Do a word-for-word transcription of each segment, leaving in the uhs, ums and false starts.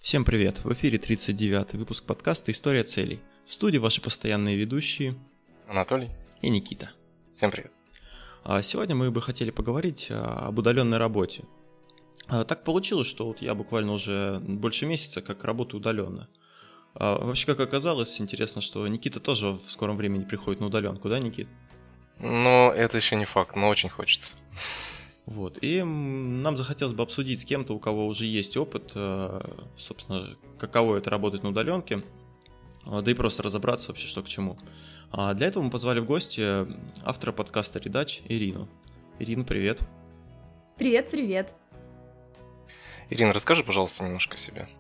Всем привет! В эфире тридцать девятый выпуск подкаста «История целей». В студии ваши постоянные ведущие Анатолий и Никита. Всем привет! Сегодня мы бы хотели поговорить об удаленной работе. Так получилось, что вот я буквально уже больше месяца как работаю удаленно. Вообще, как оказалось, интересно, что Никита тоже в скором времени приходит на удаленку, да, Никит? Ну, это еще не факт, но очень хочется. Вот, и нам захотелось бы обсудить с кем-то, у кого уже есть опыт, собственно, каково это работать на удаленке, да и просто разобраться вообще, что к чему. Для этого мы позвали в гости автора подкаста «Редач» Ирину. Ирина, привет. Привет, привет. Ирина, расскажи, пожалуйста, немножко о себе.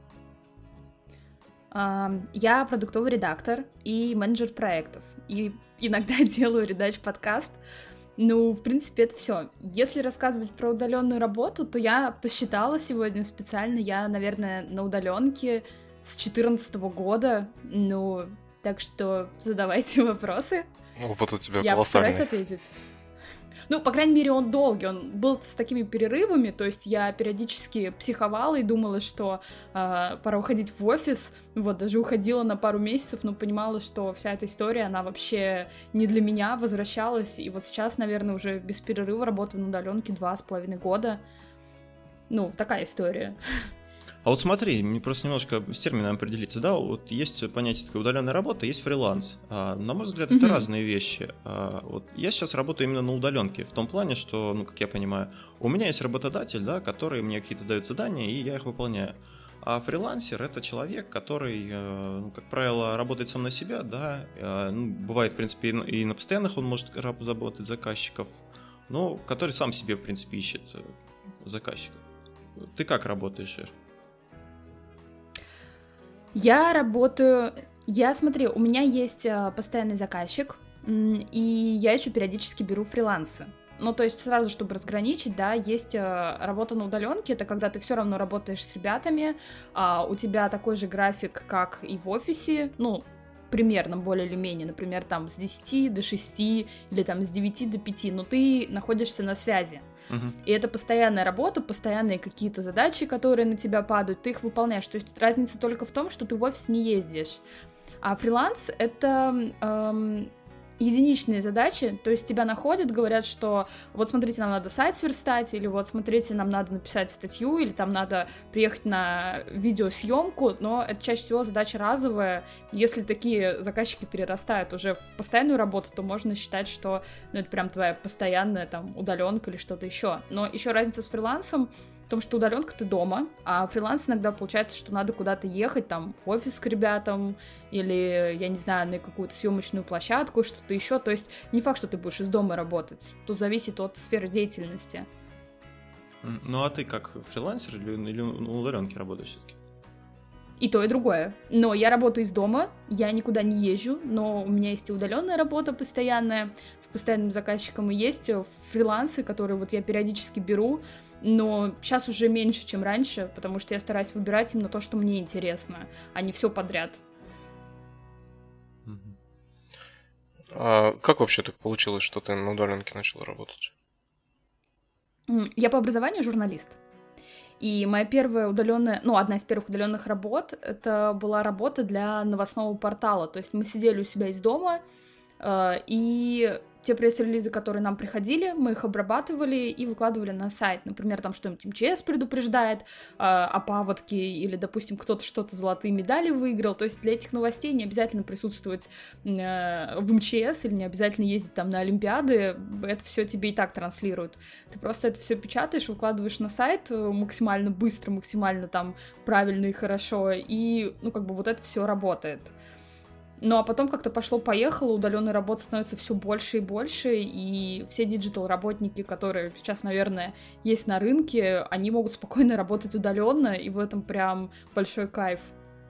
Я продуктовый редактор и менеджер проектов, и иногда делаю «Редач» подкаст. Ну, в принципе, это все. Если рассказывать про удаленную работу, то я посчитала сегодня специально, я, наверное, на удаленке с две тысячи четырнадцатого года. Ну, так что задавайте вопросы. Опыт у тебя я колоссальный. Я постараюсь ответить. Ну, по крайней мере, он долгий, он был с такими перерывами, то есть я периодически психовала и думала, что э, пора уходить в офис, вот, даже уходила на пару месяцев, но понимала, что вся эта история, она вообще не для меня, возвращалась, и вот сейчас, наверное, уже без перерыва работаю на удаленке два с половиной года. Ну, такая история. А вот смотри, мне просто немножко с термином определиться, да, вот есть понятие такое удаленная работа, есть фриланс. А, на мой взгляд, это mm-hmm. разные вещи. А, вот я сейчас работаю именно на удаленке, в том плане, что, ну, как я понимаю, у меня есть работодатель, да, который мне какие-то дает задания, и я их выполняю. А фрилансер — это человек, который, ну, как правило, работает сам на себя, да, ну, бывает, в принципе, и на постоянных он может заботать заказчиков, но который сам себе, в принципе, ищет заказчиков. Ты как работаешь, Ир? Я работаю... Я, смотри, у меня есть постоянный заказчик, и я еще периодически беру фрилансы. Ну, то есть сразу, чтобы разграничить, да, есть работа на удаленке, это когда ты все равно работаешь с ребятами, а у тебя такой же график, как и в офисе, ну, примерно, более или менее, например, там с десяти до шести или там с девяти до пяти, но ты находишься на связи. Uh-huh. И это постоянная работа, постоянные какие-то задачи, которые на тебя падают, ты их выполняешь. То есть разница только в том, что ты в офис не ездишь. А фриланс — это эм, единичные задачи, то есть тебя находят, говорят, что вот смотрите, нам надо сайт сверстать, или вот смотрите, нам надо написать статью, или там надо приехать на видеосъемку, но это чаще всего задача разовая. Если такие заказчики перерастают уже в постоянную работу, то можно считать, что ну, это прям твоя постоянная там удаленка или что-то еще. Но еще разница с фрилансом в том, что удаленка ты дома, а фриланс иногда получается, что надо куда-то ехать, там, в офис к ребятам, или, я не знаю, на какую-то съемочную площадку, что-то еще. То есть не факт, что ты будешь из дома работать. Тут зависит от сферы деятельности. Ну а ты как фрилансер или, или на удаленке работаешь все-таки? И то, и другое. Но я работаю из дома, я никуда не езжу, но у меня есть и удаленная работа постоянная, с постоянным заказчиком, и есть фрилансы, которые вот я периодически беру, но сейчас уже меньше, чем раньше, потому что я стараюсь выбирать именно то, что мне интересно, а не все подряд. А как вообще так получилось, что ты на удаленке начала работать? Я по образованию журналист. И моя первая удаленная, ну, одна из первых удаленных работ, это была работа для новостного портала. То есть мы сидели у себя из дома, э, и те пресс-релизы, которые нам приходили, мы их обрабатывали и выкладывали на сайт. Например, там что-нибудь эм че эс предупреждает э, о паводке, или, допустим, кто-то что-то золотые медали выиграл. То есть для этих новостей не обязательно присутствовать э, в эм че эс или не обязательно ездить там на Олимпиады. Это все тебе и так транслируют. Ты просто это все печатаешь, выкладываешь на сайт максимально быстро, максимально там правильно и хорошо, и, ну, как бы вот это все работает. Ну, а потом как-то пошло-поехало, удаленной работы становится все больше и больше, и все диджитал-работники, которые сейчас, наверное, есть на рынке, они могут спокойно работать удаленно, и в этом прям большой кайф.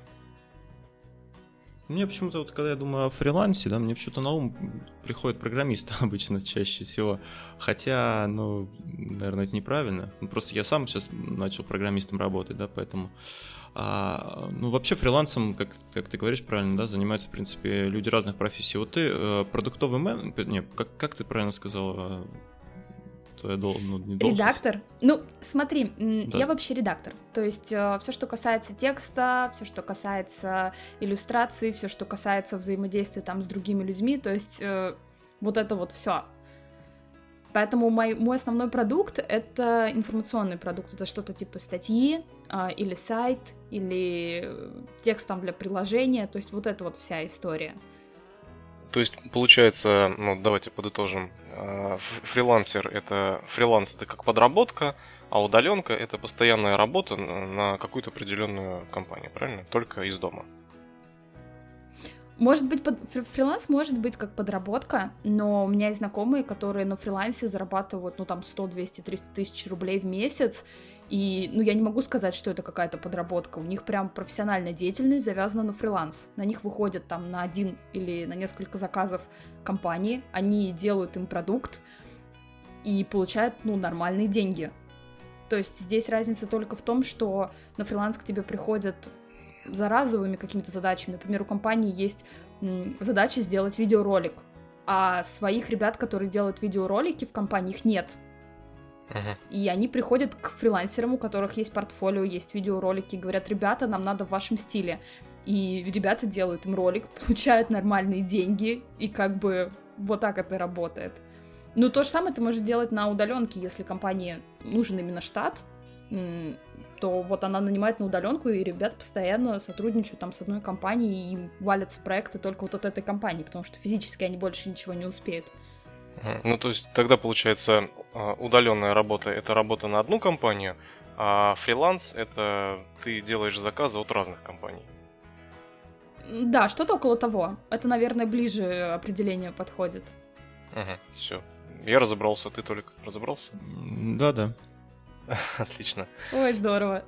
Мне почему-то, вот, когда я думаю о фрилансе, да, мне почему-то на ум приходят программисты обычно чаще всего. Хотя, ну, наверное, это неправильно. Ну, просто я сам сейчас начал программистом работать, да, поэтому... А, ну, вообще фрилансом, как, как ты говоришь правильно, да, занимаются, в принципе, люди разных профессий. Вот ты э, продуктовый менеджер, не, как, как ты правильно сказал, э, твоя дол- ну, не должность? Редактор? Ну, смотри, м, Да. я вообще редактор. То есть все, что касается текста, все, что касается иллюстрации, все, что касается взаимодействия там с другими людьми, то есть э, вот это вот все. Поэтому мой, мой основной продукт — это информационный продукт. Это что-то типа статьи, а, или сайт, или э, текст там для приложения. То есть вот это вот вся история. То есть, получается, ну, давайте подытожим. А, ф- Фрилансер это фриланс это как подработка, а удаленка это постоянная работа на на какую-то определенную компанию, правильно? Только из дома. Может быть, под- фри- фриланс может быть как подработка, но у меня есть знакомые, которые на фрилансе зарабатывают, ну, там, сто, двести, триста тысяч рублей в месяц, и, ну, я не могу сказать, что это какая-то подработка, у них прям профессиональная деятельность завязана на фриланс, на них выходят там на один или на несколько заказов компании, они делают им продукт и получают, ну, нормальные деньги. То есть здесь разница только в том, что на фриланс к тебе приходят за разовыми какими-то задачами. Например, у компании есть м, задача сделать видеоролик, а своих ребят, которые делают видеоролики в компании, их нет. Мгм. И они приходят к фрилансерам, у которых есть портфолио, есть видеоролики, и говорят: ребята, нам надо в вашем стиле. И ребята делают им ролик, получают нормальные деньги, и как бы вот так это работает. Ну, то же самое ты можешь делать на удаленке, если компании нужен именно штат, м, то вот она нанимает на удаленку, и ребята постоянно сотрудничают там с одной компанией, и им валятся проекты только вот от этой компании, потому что физически они больше ничего не успеют. Мгм. Ну, то есть тогда получается удаленная работа это работа на одну компанию, а фриланс это ты делаешь заказы от разных компаний. М, Да, что-то около того. Это, наверное, ближе определение подходит. Все. Я разобрался, ты только разобрался? М, Да-да. Отлично. Ой, здорово.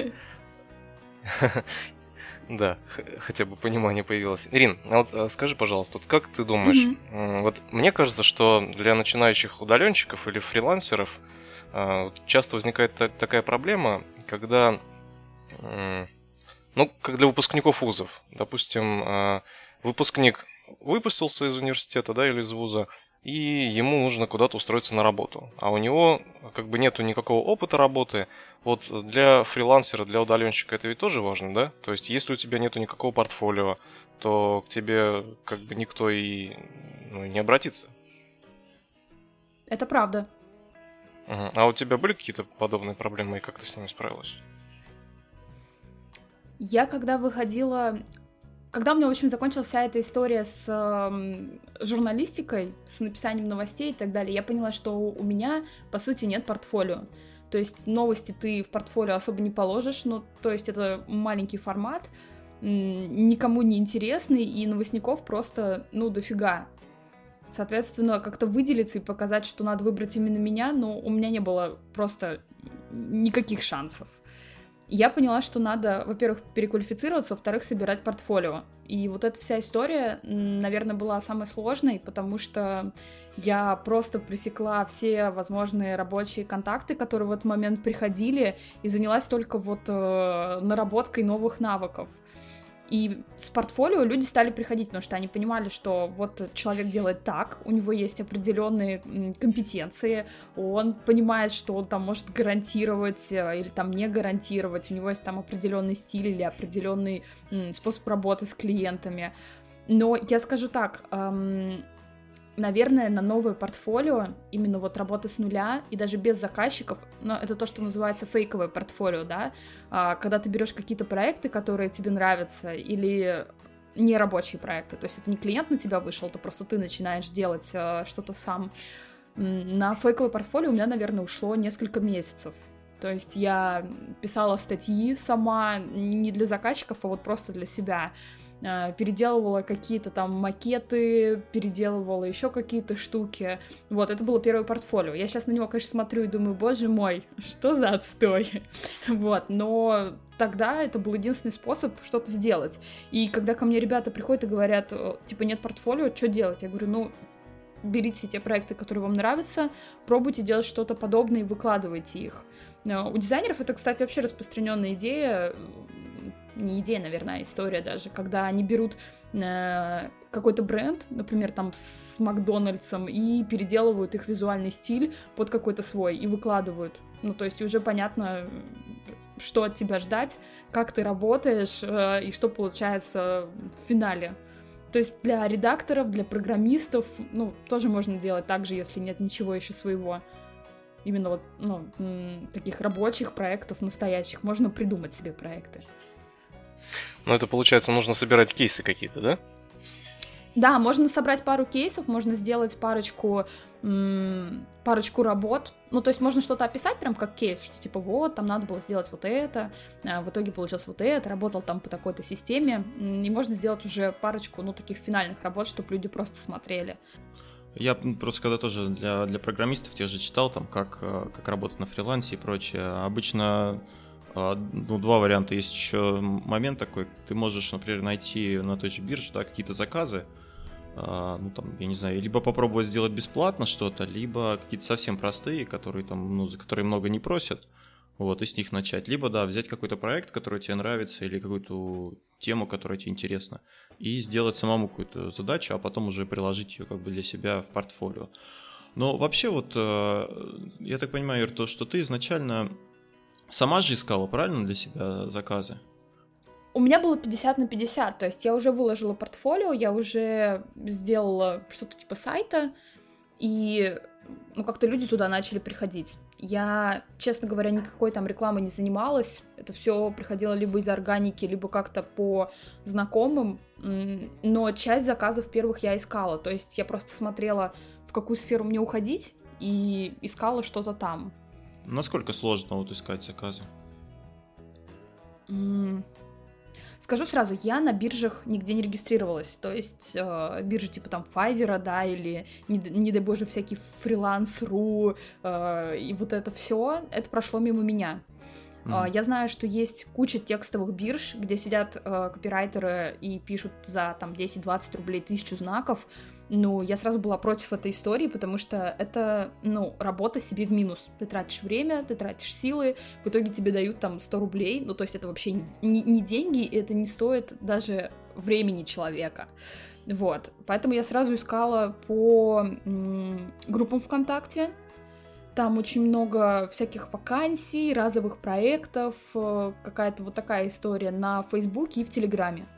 Да, х- хотя бы понимание появилось. Ирин, а вот э, скажи, пожалуйста, вот как ты думаешь, Мгм. м, вот мне кажется, что для начинающих удаленщиков или фрилансеров э, вот часто возникает та- такая проблема, когда, м, ну, как для выпускников вузов, допустим, э, выпускник выпустился из университета, да, или из вуза, и ему нужно куда-то устроиться на работу, а у него как бы нету никакого опыта работы. Вот для фрилансера, для удаленщика это ведь тоже важно, да? То есть, если у тебя нету никакого портфолио, то к тебе как бы никто и ну, не обратится. Это правда. Мгм. А у тебя были какие-то подобные проблемы, и как ты с ними справилась? Я когда выходила... Когда у меня, в общем, закончилась вся эта история с эм, журналистикой, с написанием новостей и так далее, я поняла, что у меня, по сути, нет портфолио. То есть новости ты в портфолио особо не положишь, ну, то есть это маленький формат, м, никому не интересный, и новостников просто, ну, дофига. Соответственно, как-то выделиться и показать, что надо выбрать именно меня, но у меня не было просто никаких шансов. Я поняла, что надо, во-первых, переквалифицироваться, во-вторых, собирать портфолио. И вот эта вся история, м, наверное, была самой сложной, потому что я просто пресекла все возможные рабочие контакты, которые в этот момент приходили, и занялась только вот э, наработкой новых навыков. И с портфолио люди стали приходить, потому что они понимали, что вот человек делает так, у него есть определенные м, компетенции, он понимает, что он там может гарантировать э, или там не гарантировать, у него есть там определенный стиль или определенный м, способ работы с клиентами. Но я скажу так, эм, наверное, на новое портфолио, именно вот работа с нуля и даже без заказчиков, но это то, что называется фейковое портфолио, да, а, когда ты берешь какие-то проекты, которые тебе нравятся, или нерабочие проекты, то есть это не клиент на тебя вышел, это просто ты начинаешь делать а, что-то сам. М, На фейковое портфолио у меня, наверное, ушло несколько месяцев. То есть я писала статьи сама, не для заказчиков, а вот просто для себя. Э, переделывала какие-то там макеты, переделывала еще какие-то штуки. Вот, это было первое портфолио. Я сейчас на него, конечно, смотрю и думаю: боже мой, что за отстой. Вот, но тогда это был единственный способ что-то сделать. И когда ко мне ребята приходят и говорят, э, типа, нет портфолио, что делать? Я говорю: ну, берите те проекты, которые вам нравятся, пробуйте делать что-то подобное и выкладывайте их. Э, У дизайнеров это, кстати, вообще распространенная идея. не идея, наверное, а история даже, когда они берут э, какой-то бренд, например, там с Макдональдсом, и переделывают их визуальный стиль под какой-то свой и выкладывают. Ну, то есть уже понятно, что от тебя ждать, как ты работаешь э, и что получается в финале. То есть для редакторов, для программистов, ну, тоже можно делать так же, если нет ничего еще своего. Именно вот, ну, м- таких рабочих проектов, настоящих. Можно придумать себе проекты. Ну, это, получается, нужно собирать кейсы какие-то, да? Да, можно собрать пару кейсов, можно сделать парочку, м- парочку работ. Ну, то есть можно что-то описать прям как кейс, что типа вот, там надо было сделать вот это, а в итоге получилось вот это, работал там по такой-то системе. И можно сделать уже парочку, ну, таких финальных работ, чтобы люди просто смотрели. Я просто когда тоже для, для программистов тех же читал, там, как, как работать на фрилансе и прочее. Обычно, ну, два варианта. Есть еще момент такой, ты можешь, например, найти на той же бирже, да, какие-то заказы, ну, там, я не знаю, либо попробовать сделать бесплатно что-то, либо какие-то совсем простые, которые там, ну, за которые много не просят, вот, и с них начать. Либо, да, взять какой-то проект, который тебе нравится, или какую-то тему, которая тебе интересна, и сделать самому какую-то задачу, а потом уже приложить ее как бы для себя в портфолио. Но вообще вот, я так понимаю, Ир, то, что ты изначально сама же искала, правильно, для себя заказы? У меня было пятьдесят на пятьдесят, то есть я уже выложила портфолио, я уже сделала что-то типа сайта, и, ну, как-то люди туда начали приходить. Я, честно говоря, никакой там рекламой не занималась, это все приходило либо из органики, либо как-то по знакомым, но часть заказов первых я искала, то есть я просто смотрела, в какую сферу мне уходить, и искала что-то там. Насколько сложно вот искать заказы? М- Скажу сразу, я на биржах нигде не регистрировалась, то есть э, биржи типа там Fiverr, да, или, не, не дай боже, всякий фриланс точка ру, э, и вот это все, это прошло мимо меня. Mm-hmm. Э, я знаю, что есть куча текстовых бирж, где сидят э, копирайтеры и пишут за там десять-двадцать рублей тысячу знаков. Ну, я сразу была против этой истории, потому что это, ну, работа себе в минус. Ты тратишь время, ты тратишь силы, в итоге тебе дают там сто рублей, ну, то есть это вообще не, не, не деньги, и это не стоит даже времени человека. Вот, поэтому я сразу искала по м- группам ВКонтакте, там очень много всяких вакансий, разовых проектов, какая-то вот такая история на Фейсбуке и в Телеграме.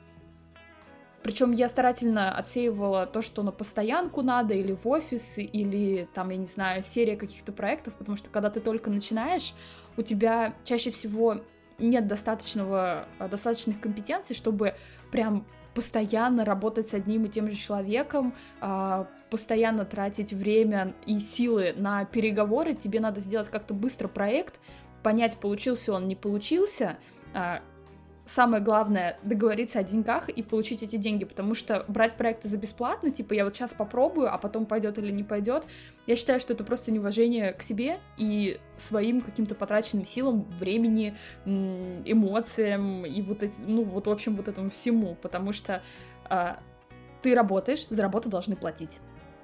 Причем я старательно отсеивала то, что на постоянку надо, или в офис, или там, я не знаю, серия каких-то проектов, потому что когда ты только начинаешь, у тебя чаще всего нет достаточного, достаточных компетенций, чтобы прям постоянно работать с одним и тем же человеком, постоянно тратить время и силы на переговоры. Тебе надо сделать как-то быстро проект, понять, получился он, не получился. Самое главное — договориться о деньгах и получить эти деньги, потому что брать проекты за бесплатно, типа я вот сейчас попробую, а потом пойдет или не пойдет, я считаю, что это просто неуважение к себе и своим каким-то потраченным силам, времени, эмоциям и вот эти, ну вот в общем вот этому всему, потому что э, ты работаешь, за работу должны платить.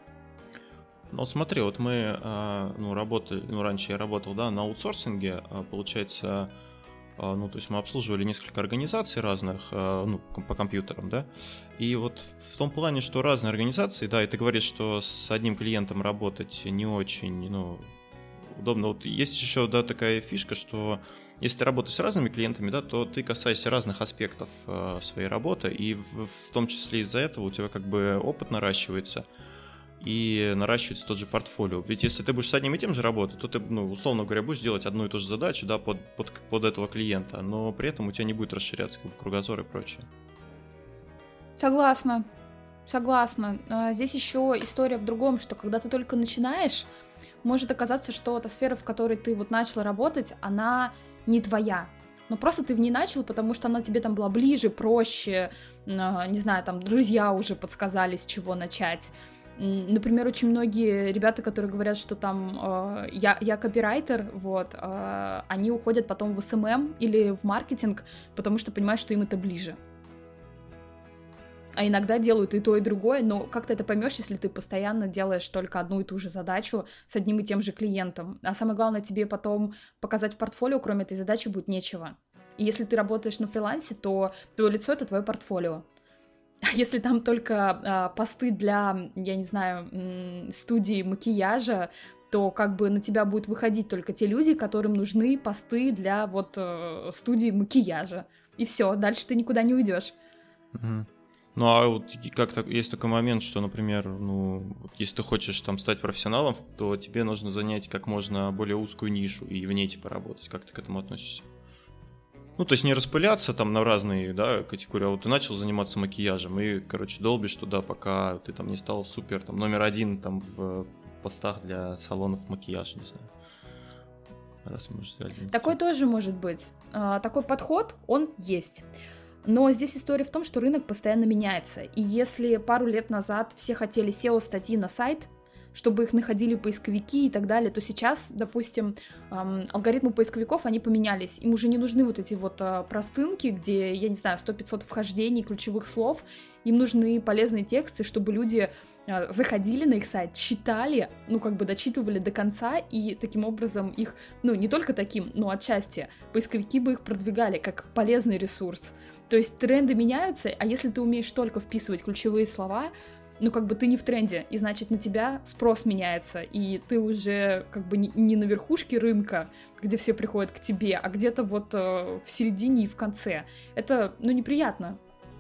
Ну, смотри, вот мы, э, ну, работали, ну, раньше я работал, да, на аутсорсинге, э, получается. Ну, то есть мы обслуживали несколько организаций разных, ну, по компьютерам, да, и вот в том плане, что разные организации, да, и ты говоришь, что с одним клиентом работать не очень, ну, удобно. Вот есть еще, да, такая фишка, что если ты работаешь с разными клиентами, да, то ты касаешься разных аспектов своей работы, и в, в том числе из-за этого у тебя как бы опыт наращивается, и наращивается тот же портфолио. Ведь если ты будешь с одним и тем же работать, то ты, ну, условно говоря, будешь делать одну и ту же задачу, да, под, под, под этого клиента, но при этом у тебя не будет расширяться кругозор и прочее. Согласна, согласна. Здесь еще история в другом, что когда ты только начинаешь, может оказаться, что та сфера, в которой ты вот начала работать, она не твоя. Но просто ты в ней начал, потому что она тебе там была ближе, проще, не знаю, там друзья уже подсказали, с чего начать. Например, очень многие ребята, которые говорят, что там э, я, я копирайтер, вот, э, они уходят потом в эс эм эм или в маркетинг, потому что понимают, что им это ближе. А иногда делают и то, и другое, но как ты это поймешь, если ты постоянно делаешь только одну и ту же задачу с одним и тем же клиентом? А самое главное, тебе потом показать в портфолио, кроме этой задачи, будет нечего. И если ты работаешь на фрилансе, то твое лицо — это твое портфолио. А если там только а, посты для, я не знаю, м- студии макияжа, то как бы на тебя будут выходить только те люди, которым нужны посты для вот э, студии макияжа. И все, дальше ты никуда не уйдешь. Угу. Ну, а вот как так, есть такой момент, что, например, ну, вот если ты хочешь там стать профессионалом, то тебе нужно занять как можно более узкую нишу и в ней типа работать. Как ты к этому относишься? Ну, то есть не распыляться там на разные, да, категории, а вот ты начал заниматься макияжем и, короче, долбишь туда, пока ты там не стал супер, там, номер один там в постах для салонов макияжа, не знаю. Раз мы уже взяли. Такой тоже может быть. А, такой подход, он есть. Но здесь история в том, что рынок постоянно меняется. И если пару лет назад все хотели сео-статьи на сайт, чтобы их находили поисковики и так далее, то сейчас, допустим, эм, алгоритмы поисковиков, они поменялись. Им уже не нужны вот эти вот э, простынки, где, я не знаю, сто-пятьсот вхождений, ключевых слов. Им нужны полезные тексты, чтобы люди э, заходили на их сайт, читали, ну, как бы дочитывали до конца, и таким образом их, ну, не только таким, но отчасти, поисковики бы их продвигали как полезный ресурс. То есть тренды меняются, а если ты умеешь только вписывать ключевые слова, ну, как бы ты не в тренде, и значит, на тебя спрос меняется, и ты уже как бы не, не на верхушке рынка, где все приходят к тебе, а где-то вот э, в середине и в конце. Это, ну, неприятно.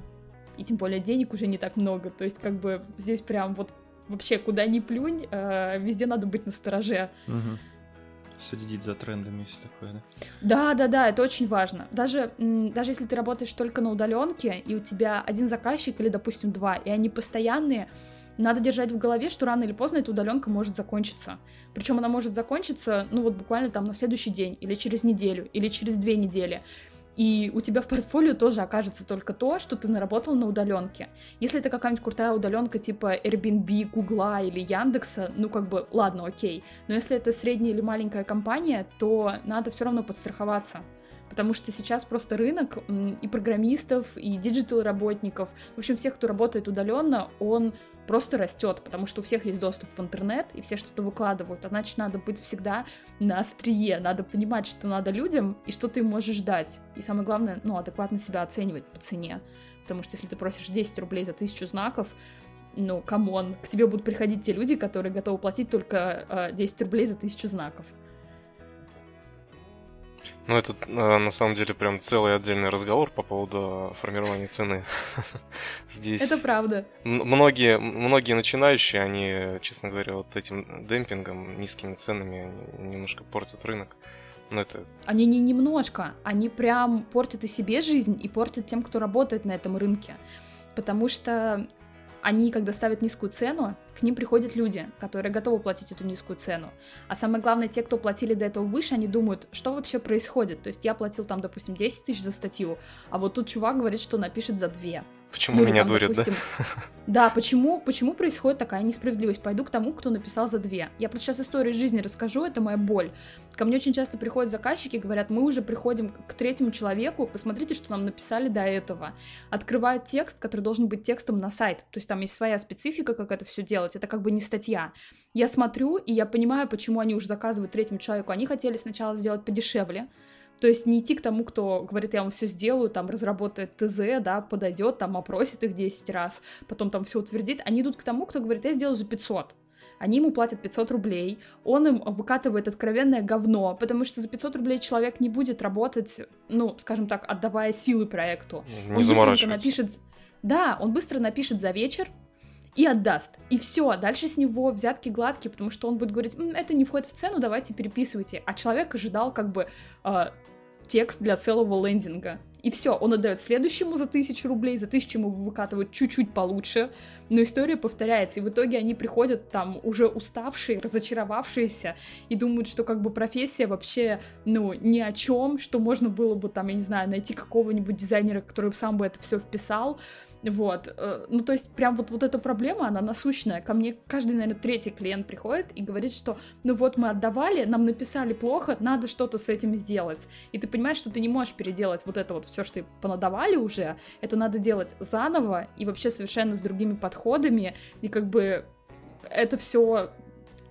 И тем более денег уже не так много, то есть как бы здесь прям вот вообще куда ни плюнь, э, везде надо быть настороже. Угу. Следить за трендами и все такое, да? Да, да, да, это очень важно. Даже, даже если ты работаешь только на удаленке, и у тебя один заказчик или, допустим, два, и они постоянные, надо держать в голове, что рано или поздно эта удаленка может закончиться. Причем она может закончиться, ну вот буквально там на следующий день, или через неделю, или через две недели. И у тебя в портфолио тоже окажется только то, что ты наработал на удаленке. Если это какая-нибудь крутая удаленка типа Airbnb, Гугла или Яндекса, ну как бы, ладно, окей. Но если это средняя или маленькая компания, то надо все равно подстраховаться. Потому что сейчас просто рынок и программистов, и диджитал-работников, в общем, всех, кто работает удаленно, он просто растет, потому что у всех есть доступ в интернет, и все что-то выкладывают, а значит, надо быть всегда на острие, надо понимать, что надо людям, и что ты им можешь дать. И самое главное, ну, адекватно себя оценивать по цене, потому что если ты просишь десять рублей за тысячу знаков, ну, камон, к тебе будут приходить те люди, которые готовы платить только э, десять рублей за тысячу знаков. Ну, это на самом деле прям целый отдельный разговор по поводу формирования цены. Здесь это правда. Многие, многие начинающие, они, честно говоря, вот этим демпингом, низкими ценами, они немножко портят рынок. Но это... Они не немножко, они прям портят и себе жизнь, и портят тем, кто работает на этом рынке. Потому что они, когда ставят низкую цену, к ним приходят люди, которые готовы платить эту низкую цену. А самое главное, те, кто платили до этого выше, они думают, что вообще происходит. То есть я платил там, допустим, десять тысяч за статью, а вот тут чувак говорит, что напишет за две. Почему ну, меня там, дурят, допустим... да? Да, почему, почему происходит такая несправедливость? Пойду к тому, кто написал за две. Я просто сейчас историю из жизни расскажу, это моя боль. Ко мне очень часто приходят заказчики и говорят, мы уже приходим к третьему человеку, посмотрите, что нам написали до этого. Открывают текст, который должен быть текстом на сайт. То есть там есть своя специфика, как это все делать. Это как бы не статья. Я смотрю, и я понимаю, почему они уже заказывают третьему человеку. Они хотели сначала сделать подешевле. То есть не идти к тому, кто говорит, я вам все сделаю, там, разработает ТЗ, да, подойдет, там, опросит их десять раз, потом там все утвердит. Они идут к тому, кто говорит, я сделаю за пятьсот. Они ему платят пятьсот рублей, он им выкатывает откровенное говно, потому что за пятьсот рублей человек не будет работать, ну, скажем так, отдавая силы проекту. Не он заморачивается. напишет, да, он быстро напишет за вечер и отдаст. И все, дальше с него взятки гладкие, потому что он будет говорить, М, это не входит в цену, давайте переписывайте. А человек ожидал как бы э, текст для целого лендинга. И все, он отдает следующему за тысячу рублей, за тысячу ему выкатывают чуть-чуть получше, но история повторяется, и в итоге они приходят там уже уставшие, разочаровавшиеся, и думают, что как бы профессия вообще, ну, ни о чем, что можно было бы там, я не знаю, найти какого-нибудь дизайнера, который сам бы это все вписал. Вот, ну то есть прям вот, вот эта проблема, она насущная. Ко мне каждый, наверное, третий клиент приходит и говорит, что ну вот мы отдавали, нам написали плохо, надо что-то с этим сделать. И ты понимаешь, что ты не можешь переделать вот это вот все, что понадавали уже, это надо делать заново и вообще совершенно с другими подходами, и как бы это все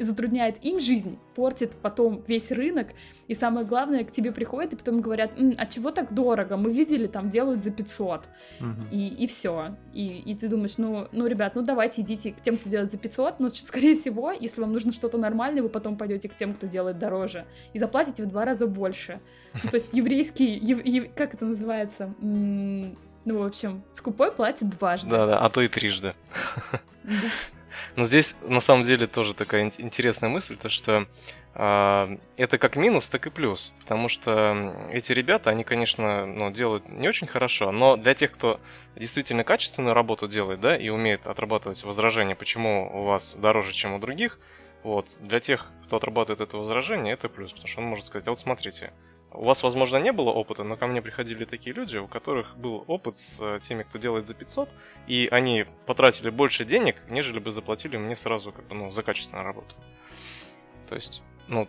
и затрудняет им жизнь, портит потом весь рынок, и самое главное, к тебе приходят и потом говорят: М, а чего так дорого, мы видели, там делают за пятьсот, Угу. и, и все, и, и ты думаешь, ну, ну, ребят, ну давайте идите к тем, кто делает за пятьсот, но скорее всего, если вам нужно что-то нормальное, вы потом пойдете к тем, кто делает дороже, и заплатите в два раза больше. Ну, то есть еврейский, ев, ев, как это называется? М, ну, в общем, скупой платит дважды. Да-да, а то и трижды. Да. Но здесь на самом деле тоже такая ин- интересная мысль, то что а, это как минус, так и плюс. Потому что м, эти ребята, они, конечно, ну, делают не очень хорошо, но для тех, кто действительно качественную работу делает, да, и умеет отрабатывать возражения, почему у вас дороже, чем у других, вот, для тех, кто отрабатывает это возражение, это плюс. Потому что он может сказать: а вот смотрите, у вас, возможно, не было опыта, но ко мне приходили такие люди, у которых был опыт с э, теми, кто делает за пятьсот, и они потратили больше денег, нежели бы заплатили мне сразу, как бы, ну, за качественную работу. То есть, ну,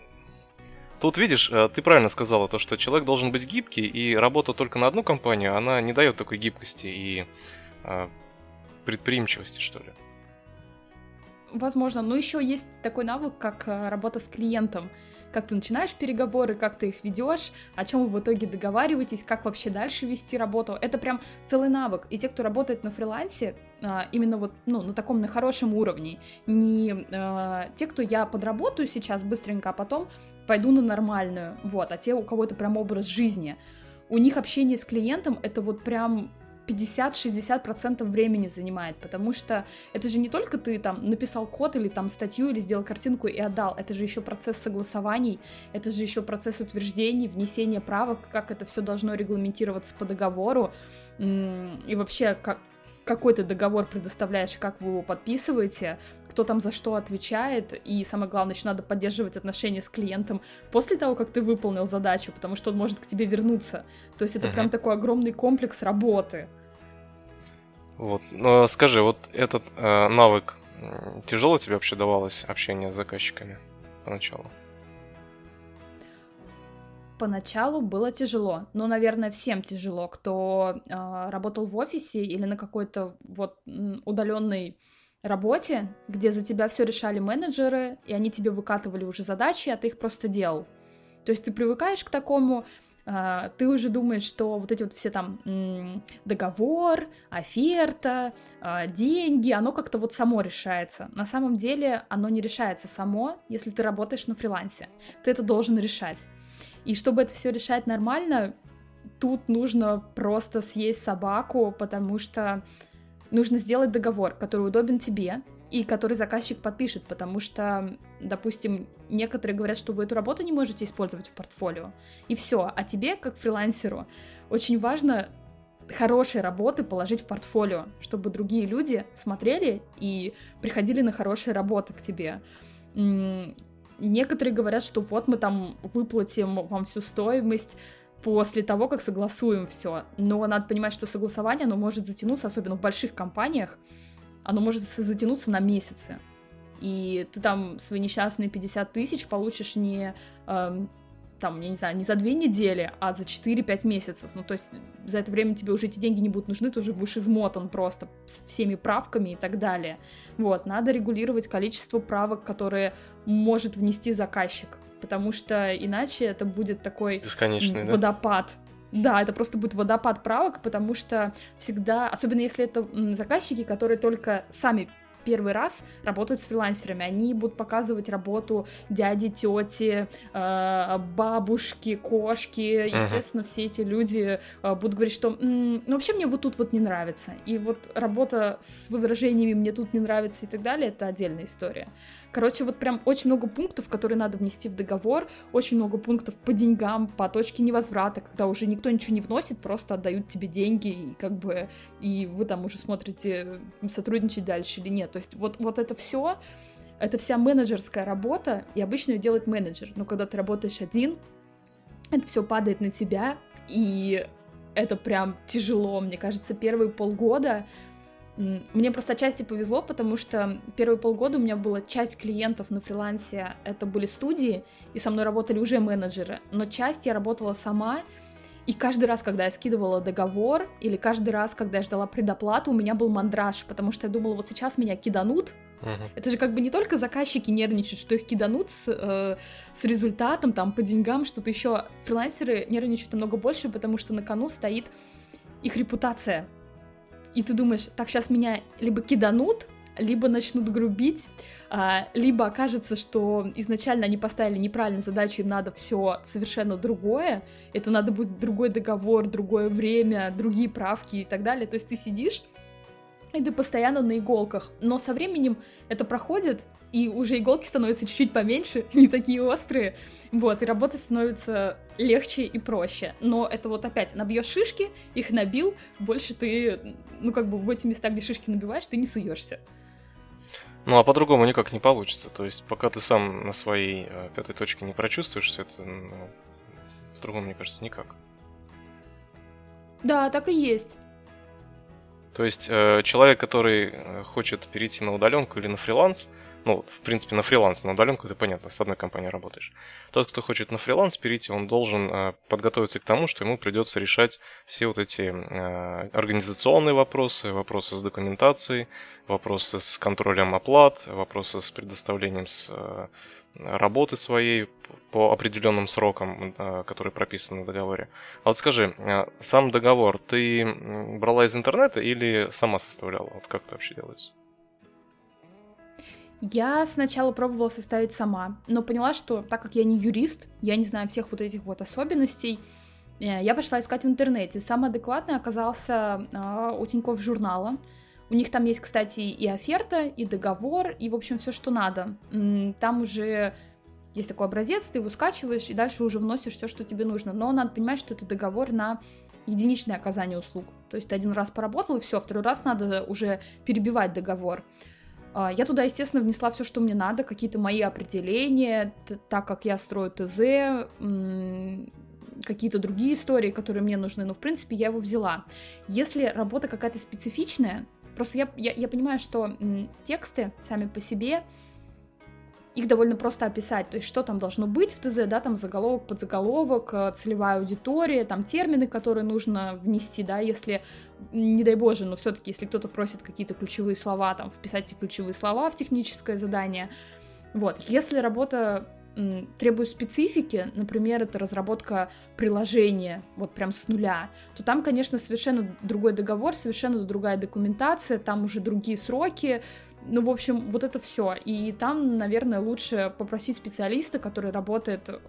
тут видишь, э, ты правильно сказала, то, что человек должен быть гибкий, и работа только на одну компанию, она не дает такой гибкости и э, предприимчивости, что ли. Возможно, но еще есть такой навык, как э, работа с клиентом. Как ты начинаешь переговоры, как ты их ведешь, о чем вы в итоге договариваетесь, как вообще дальше вести работу. Это прям целый навык. И те, кто работает на фрилансе, а, именно вот, ну, на таком, на хорошем уровне, не а, те, кто я подработаю сейчас быстренько, а потом пойду на нормальную, вот, а те, у кого это прям образ жизни, у них общение с клиентом — это вот прям пятьдесят-шестьдесят процентов времени занимает, потому что это же не только ты там написал код или там статью, или сделал картинку и отдал, это же еще процесс согласований, это же еще процесс утверждений, внесения правок, как это все должно регламентироваться по договору, и вообще как какой ты договор предоставляешь, как вы его подписываете, кто там за что отвечает, и самое главное, еще надо поддерживать отношения с клиентом после того, как ты выполнил задачу, потому что он может к тебе вернуться. То есть это uh-huh. прям такой огромный комплекс работы. Вот, но скажи, вот этот э, навык, тяжело тебе вообще давалось общение с заказчиками поначалу? Поначалу было тяжело, но, наверное, всем тяжело, кто э, работал в офисе или на какой-то вот удаленной работе, где за тебя все решали менеджеры, и они тебе выкатывали уже задачи, а ты их просто делал. То есть ты привыкаешь к такому, э, ты уже думаешь, что вот эти вот все там м- договор, оферта, э, деньги, оно как-то вот само решается. На самом деле оно не решается само, если ты работаешь на фрилансе. Ты это должен решать. И чтобы это все решать нормально, тут нужно просто съесть собаку, потому что нужно сделать договор, который удобен тебе и который заказчик подпишет, потому что, допустим, некоторые говорят, что вы эту работу не можете использовать в портфолио, и все. А тебе, как фрилансеру, очень важно хорошие работы положить в портфолио, чтобы другие люди смотрели и приходили на хорошие работы к тебе. Некоторые говорят, что вот мы там выплатим вам всю стоимость после того, как согласуем все. Но надо понимать, что согласование, оно может затянуться, особенно в больших компаниях, оно может затянуться на месяцы. И ты там свои несчастные пятьдесят тысяч получишь не, э, там, я не знаю, не за две недели, а за четыре-пять месяцев. Ну, то есть за это время тебе уже эти деньги не будут нужны, ты уже будешь измотан просто с всеми правками и так далее. Вот, надо регулировать количество правок, которые может внести заказчик, потому что иначе это будет такой бесконечный, водопад. Да? Да, это просто будет водопад правок, потому что всегда, особенно если это заказчики, которые только сами первый раз работают с фрилансерами, они будут показывать работу дяди, тети, бабушки, кошки, естественно, uh-huh. все эти люди будут говорить, что ну вообще мне вот тут вот не нравится, и вот работа с возражениями мне тут не нравится и так далее, это отдельная история. Короче, вот прям очень много пунктов, которые надо внести в договор, очень много пунктов по деньгам, по точке невозврата, когда уже никто ничего не вносит, просто отдают тебе деньги, и как бы, и вы там уже смотрите, сотрудничать дальше или нет. То есть вот, вот это все, это вся менеджерская работа, и обычно ее делает менеджер. Но когда ты работаешь один, это все падает на тебя, и это прям тяжело. Мне кажется, первые полгода... Мне просто отчасти повезло, потому что первые полгода у меня была часть клиентов на фрилансе, это были студии, и со мной работали уже менеджеры, но часть я работала сама, и каждый раз, когда я скидывала договор, или каждый раз, когда я ждала предоплату, у меня был мандраж, потому что я думала, вот сейчас меня киданут, Мгм. Это же как бы не только заказчики нервничают, что их киданут с, э, с результатом, там, по деньгам, что-то еще. Фрилансеры нервничают намного больше, потому что на кону стоит их репутация. И ты думаешь, так, сейчас меня либо киданут, либо начнут грубить, а, либо окажется, что изначально они поставили неправильную задачу, им надо все совершенно другое, это надо будет другой договор, другое время, другие правки и так далее. То есть ты сидишь, и ты постоянно на иголках. Но со временем это проходит, и уже иголки становятся чуть-чуть поменьше, не такие острые, вот, и работа становится легче и проще. Но это вот опять, набьешь шишки, их набил, больше ты, ну, как бы в эти места, где шишки набиваешь, ты не суешься. Ну, а по-другому никак не получится. То есть, пока ты сам на своей э, пятой точке не прочувствуешь все это, ну, по-другому, мне кажется, никак. Да, так и есть. То есть э, человек, который э, хочет перейти на удаленку или на фриланс, ну, в принципе, на фриланс, на удаленку, это понятно, с одной компанией работаешь. Тот, кто хочет на фриланс перейти, он должен э, подготовиться к тому, что ему придется решать все вот эти э, организационные вопросы, вопросы с документацией, вопросы с контролем оплат, вопросы с предоставлением с, э, работы своей по определенным срокам, э, которые прописаны в договоре. А вот скажи, э, сам договор ты брала из интернета или сама составляла? Вот как это вообще делается? Я сначала пробовала составить сама, но поняла, что так как я не юрист, я не знаю всех вот этих вот особенностей, я пошла искать в интернете. Самый адекватный оказался э, у Тинькофф журнала. У них там есть, кстати, и оферта, и договор, и, в общем, все, что надо. Там уже есть такой образец, ты его скачиваешь, и дальше уже вносишь все, что тебе нужно. Но надо понимать, что это договор на единичное оказание услуг. То есть ты один раз поработал, и все, второй раз надо уже перебивать договор. Я туда, естественно, внесла все, что мне надо, какие-то мои определения, так как я строю ТЗ, какие-то другие истории, которые мне нужны, но, в принципе, я его взяла. Если работа какая-то специфичная, просто я, я, я понимаю, что м, тексты сами по себе, их довольно просто описать, то есть что там должно быть в ТЗ, да, там заголовок, подзаголовок, целевая аудитория, там термины, которые нужно внести, да, если, не дай боже, но все-таки, если кто-то просит какие-то ключевые слова, там, вписать эти ключевые слова в техническое задание, вот, если работа м, требует специфики, например, это разработка приложения, вот прям с нуля, то там, конечно, совершенно другой договор, совершенно другая документация, там уже другие сроки. Ну, в общем, вот это все. И там, наверное, лучше попросить специалиста, который работает э,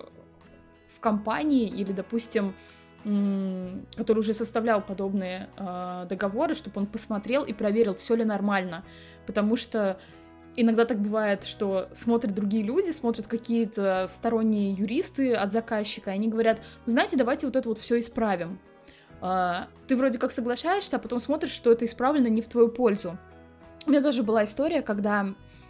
в компании или, допустим, м- который уже составлял подобные э, договоры, чтобы он посмотрел и проверил, все ли нормально. Потому что иногда так бывает, что смотрят другие люди, смотрят какие-то сторонние юристы от заказчика, и они говорят, ну, знаете, давайте вот это вот все исправим. Э, ты вроде как соглашаешься, а потом смотришь, что это исправлено не в твою пользу. У меня тоже была история, когда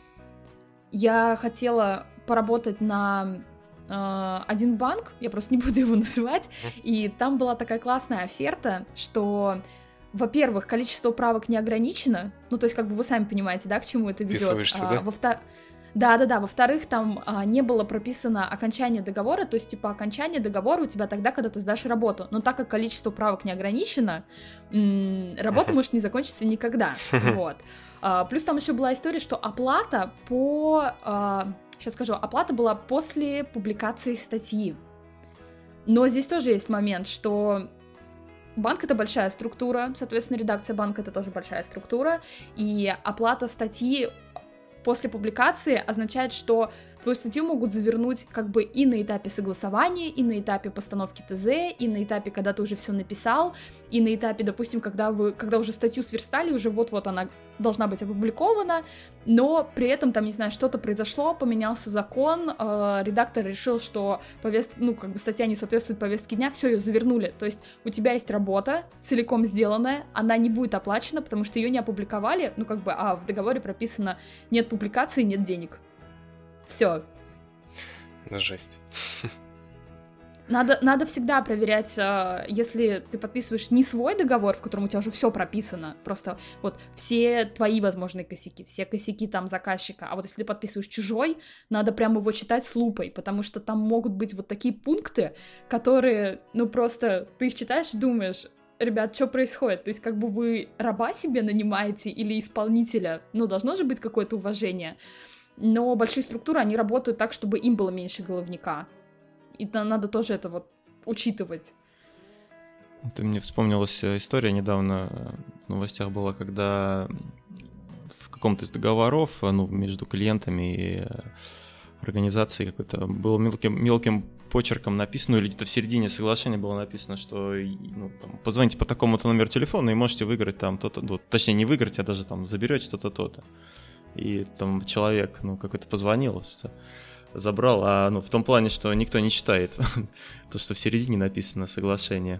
я хотела поработать на э, один банк, я просто не буду его называть, и там была такая классная оферта, что, во-первых, количество правок не ограничено, ну, то есть, как бы вы сами понимаете, да, к чему это ведет. Вписываешься, да? Во-вторых, да-да-да, во-вторых, там а, не было прописано окончание договора, то есть, типа, окончание договора у тебя тогда, когда ты сдашь работу, но так как количество правок не ограничено, м- работа может не закончиться никогда, вот. А, плюс там еще была история, что оплата по... А, сейчас скажу, оплата была после публикации статьи, но здесь тоже есть момент, что... Банк — это большая структура, соответственно, редакция банка — это тоже большая структура, и оплата статьи после публикации означает, что твою статью могут завернуть как бы и на этапе согласования, и на этапе постановки ТЗ, и на этапе, когда ты уже все написал, и на этапе, допустим, когда вы, когда уже статью сверстали, уже вот-вот она должна быть опубликована, но при этом там, не знаю, что-то произошло, поменялся закон, э, редактор решил, что повест... ну, как бы статья не соответствует повестке дня, все, ее завернули. То есть у тебя есть работа, целиком сделанная, она не будет оплачена, потому что ее не опубликовали, ну, как бы, а в договоре прописано нет публикации, нет денег. Все. Да, жесть. Надо, надо всегда проверять, если ты подписываешь не свой договор, в котором у тебя уже все прописано, просто вот все твои возможные косяки, все косяки там заказчика, а вот если ты подписываешь чужой, надо прямо его читать с лупой, потому что там могут быть вот такие пункты, которые, ну просто, ты их читаешь и думаешь, ребят, что происходит? То есть как бы вы раба себе нанимаете или исполнителя? Ну, должно же быть какое-то уважение. Но большие структуры, они работают так, чтобы им было меньше головняка. И надо тоже это вот учитывать. Ты мне вспомнилась история недавно в новостях была, когда в каком-то из договоров, ну, между клиентами и организацией какой-то было мелким, мелким почерком написано, или где-то в середине соглашения было написано, что ну, там, позвоните по такому-то номеру телефона и можете выиграть там то-то, ну, точнее не выиграть, а даже там заберете то-то, то-то. И там человек, ну, какой-то позвонил, что забрал, а ну, в том плане, что никто не читает то, что в середине написано соглашение.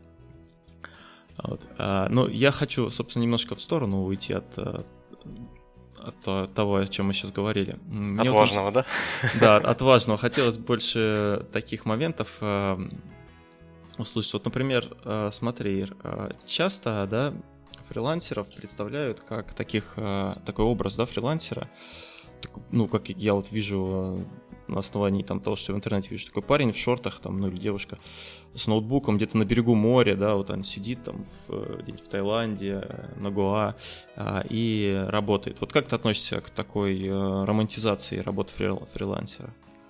Вот. А, ну, я хочу, собственно, немножко в сторону уйти от, от того, о чем мы сейчас говорили. Мне от вот важного, да? Да, от важного. Хотелось больше таких моментов э, услышать. Вот, например, э, смотри, э, часто, да, фрилансеров представляют как таких, э, такой образ, да, фрилансера, так, ну, как я вот вижу э, на основании там, того, что в интернете вижу, такой парень в шортах, там, ну, или девушка с ноутбуком где-то на берегу моря, да, вот он сидит там в, где-нибудь в Таиланде, на Гоа, э, и работает. Вот как ты относишься к такой э, романтизации работы фрил- фрилансера?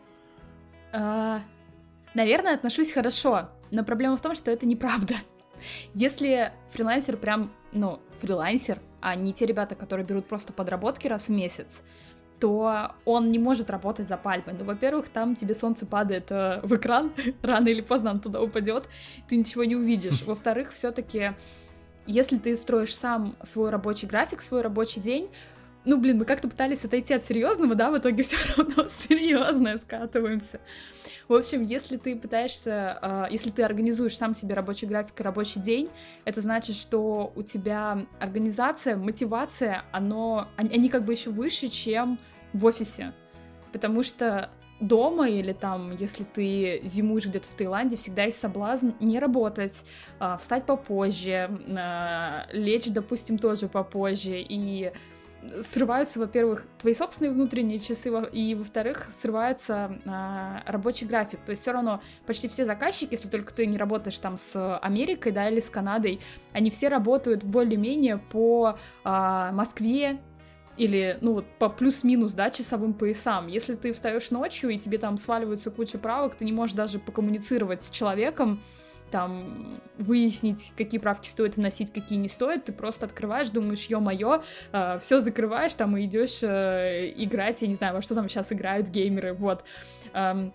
А, наверное, отношусь хорошо, но проблема в том, что это неправда. Если фрилансер прям, ну, фрилансер, а не те ребята, которые берут просто подработки раз в месяц, то он не может работать за пальмой. Ну, во-первых, там тебе солнце падает э, в экран, рано или поздно он туда упадет, ты ничего не увидишь. Во-вторых, все-таки, если ты строишь сам свой рабочий график, свой рабочий день, ну, блин, мы как-то пытались отойти от серьезного, да, в итоге все равно серьезное скатываемся. В общем, если ты пытаешься, э, если ты организуешь сам себе рабочий график и рабочий день, это значит, что у тебя организация, мотивация, оно, они, они как бы еще выше, чем в офисе. Потому что дома или там, если ты зимуешь где-то в Таиланде, всегда есть соблазн не работать, э, встать попозже, э, лечь, допустим, тоже попозже, и срываются, во-первых, твои собственные внутренние часы, и, во-вторых, срывается а, рабочий график. То есть все равно почти все заказчики, если только ты не работаешь там с Америкой, да, или с Канадой, они все работают более-менее по а, Москве или, ну, вот по плюс-минус, да, часовым поясам. Если ты встаешь ночью, и тебе там сваливаются куча правок, ты не можешь даже покоммуницировать с человеком, там, выяснить, какие правки стоит вносить, какие не стоит, ты просто открываешь, думаешь, ё-моё, э, все закрываешь, там, и идешь э, играть, я не знаю, во что там сейчас играют геймеры, вот. Эм,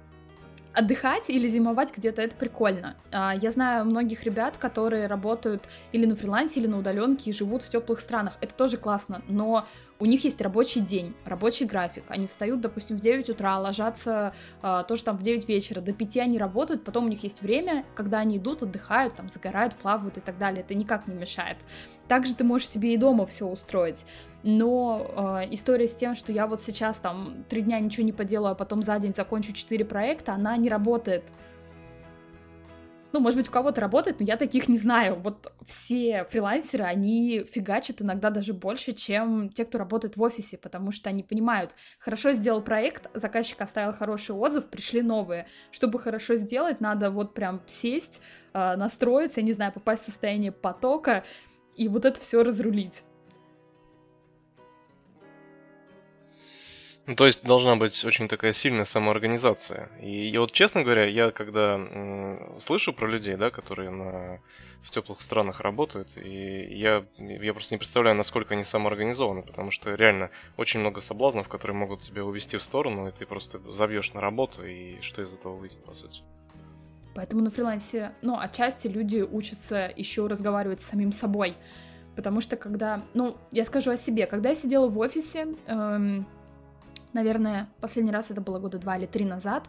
отдыхать или зимовать где-то — это прикольно. Э, я знаю многих ребят, которые работают или на фрилансе, или на удаленке и живут в теплых странах, это тоже классно, но у них есть рабочий день, рабочий график. Они встают, допустим, в девять утра, ложатся э, тоже там в девять вечера, до пяти они работают, потом у них есть время, когда они идут, отдыхают, там, загорают, плавают и так далее. Это никак не мешает. Также ты можешь себе и дома все устроить. Но э, история с тем, что я вот сейчас там три дня ничего не поделаю, а потом за день закончу четыре проекта, она не работает. Ну, может быть, у кого-то работает, но я таких не знаю. Вот все фрилансеры, они фигачат иногда даже больше, чем те, кто работает в офисе, потому что они понимают, хорошо сделал проект, заказчик оставил хороший отзыв, пришли новые. Чтобы хорошо сделать, надо вот прям сесть, настроиться, я не знаю, попасть в состояние потока и вот это все разрулить. Ну, то есть должна быть очень такая сильная самоорганизация. И, и вот, честно говоря, я когда м, слышу про людей, да, которые на, в теплых странах работают, и я, я просто не представляю, насколько они самоорганизованы, потому что реально очень много соблазнов, которые могут тебя увести в сторону, и ты просто забьешь на работу, и что из этого выйдет, по сути. Поэтому на фрилансе, ну, отчасти люди учатся еще разговаривать с самим собой, потому что когда, ну, я скажу о себе, когда я сидела в офисе, эм, наверное, последний раз это было года два или три назад,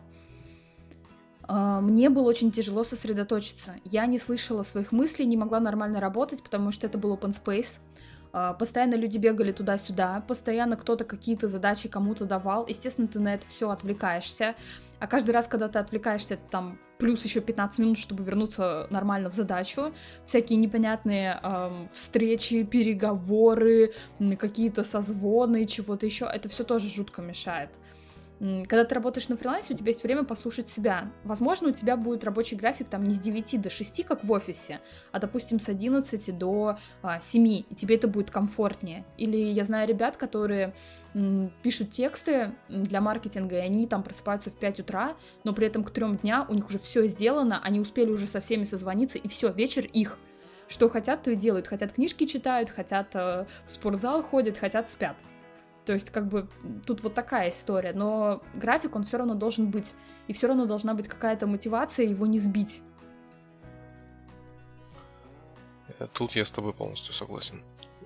мне было очень тяжело сосредоточиться. Я не слышала своих мыслей, не могла нормально работать, потому что это был open space. Постоянно люди бегали туда-сюда, постоянно кто-то какие-то задачи кому-то давал. Естественно, ты на это все отвлекаешься. А каждый раз, когда ты отвлекаешься, это там плюс еще пятнадцать минут, чтобы вернуться нормально в задачу. Всякие непонятные эм, встречи, переговоры, какие-то созвоны, чего-то еще. Это все тоже жутко мешает. Когда ты работаешь на фрилансе, у тебя есть время послушать себя. Возможно, у тебя будет рабочий график там не с девяти до шести, как в офисе, а, допустим, с одиннадцати до семи, и тебе это будет комфортнее. Или я знаю ребят, которые м, пишут тексты для маркетинга, и они там просыпаются в пять утра, но при этом к трем дня у них уже все сделано, они успели уже со всеми созвониться, и все, вечер их. Что хотят, то и делают. Хотят книжки читают, хотят э, в спортзал ходят, хотят спят. То есть, как бы, тут вот такая история, но график, он все равно должен быть, и все равно должна быть какая-то мотивация его не сбить. Тут я с тобой полностью согласен.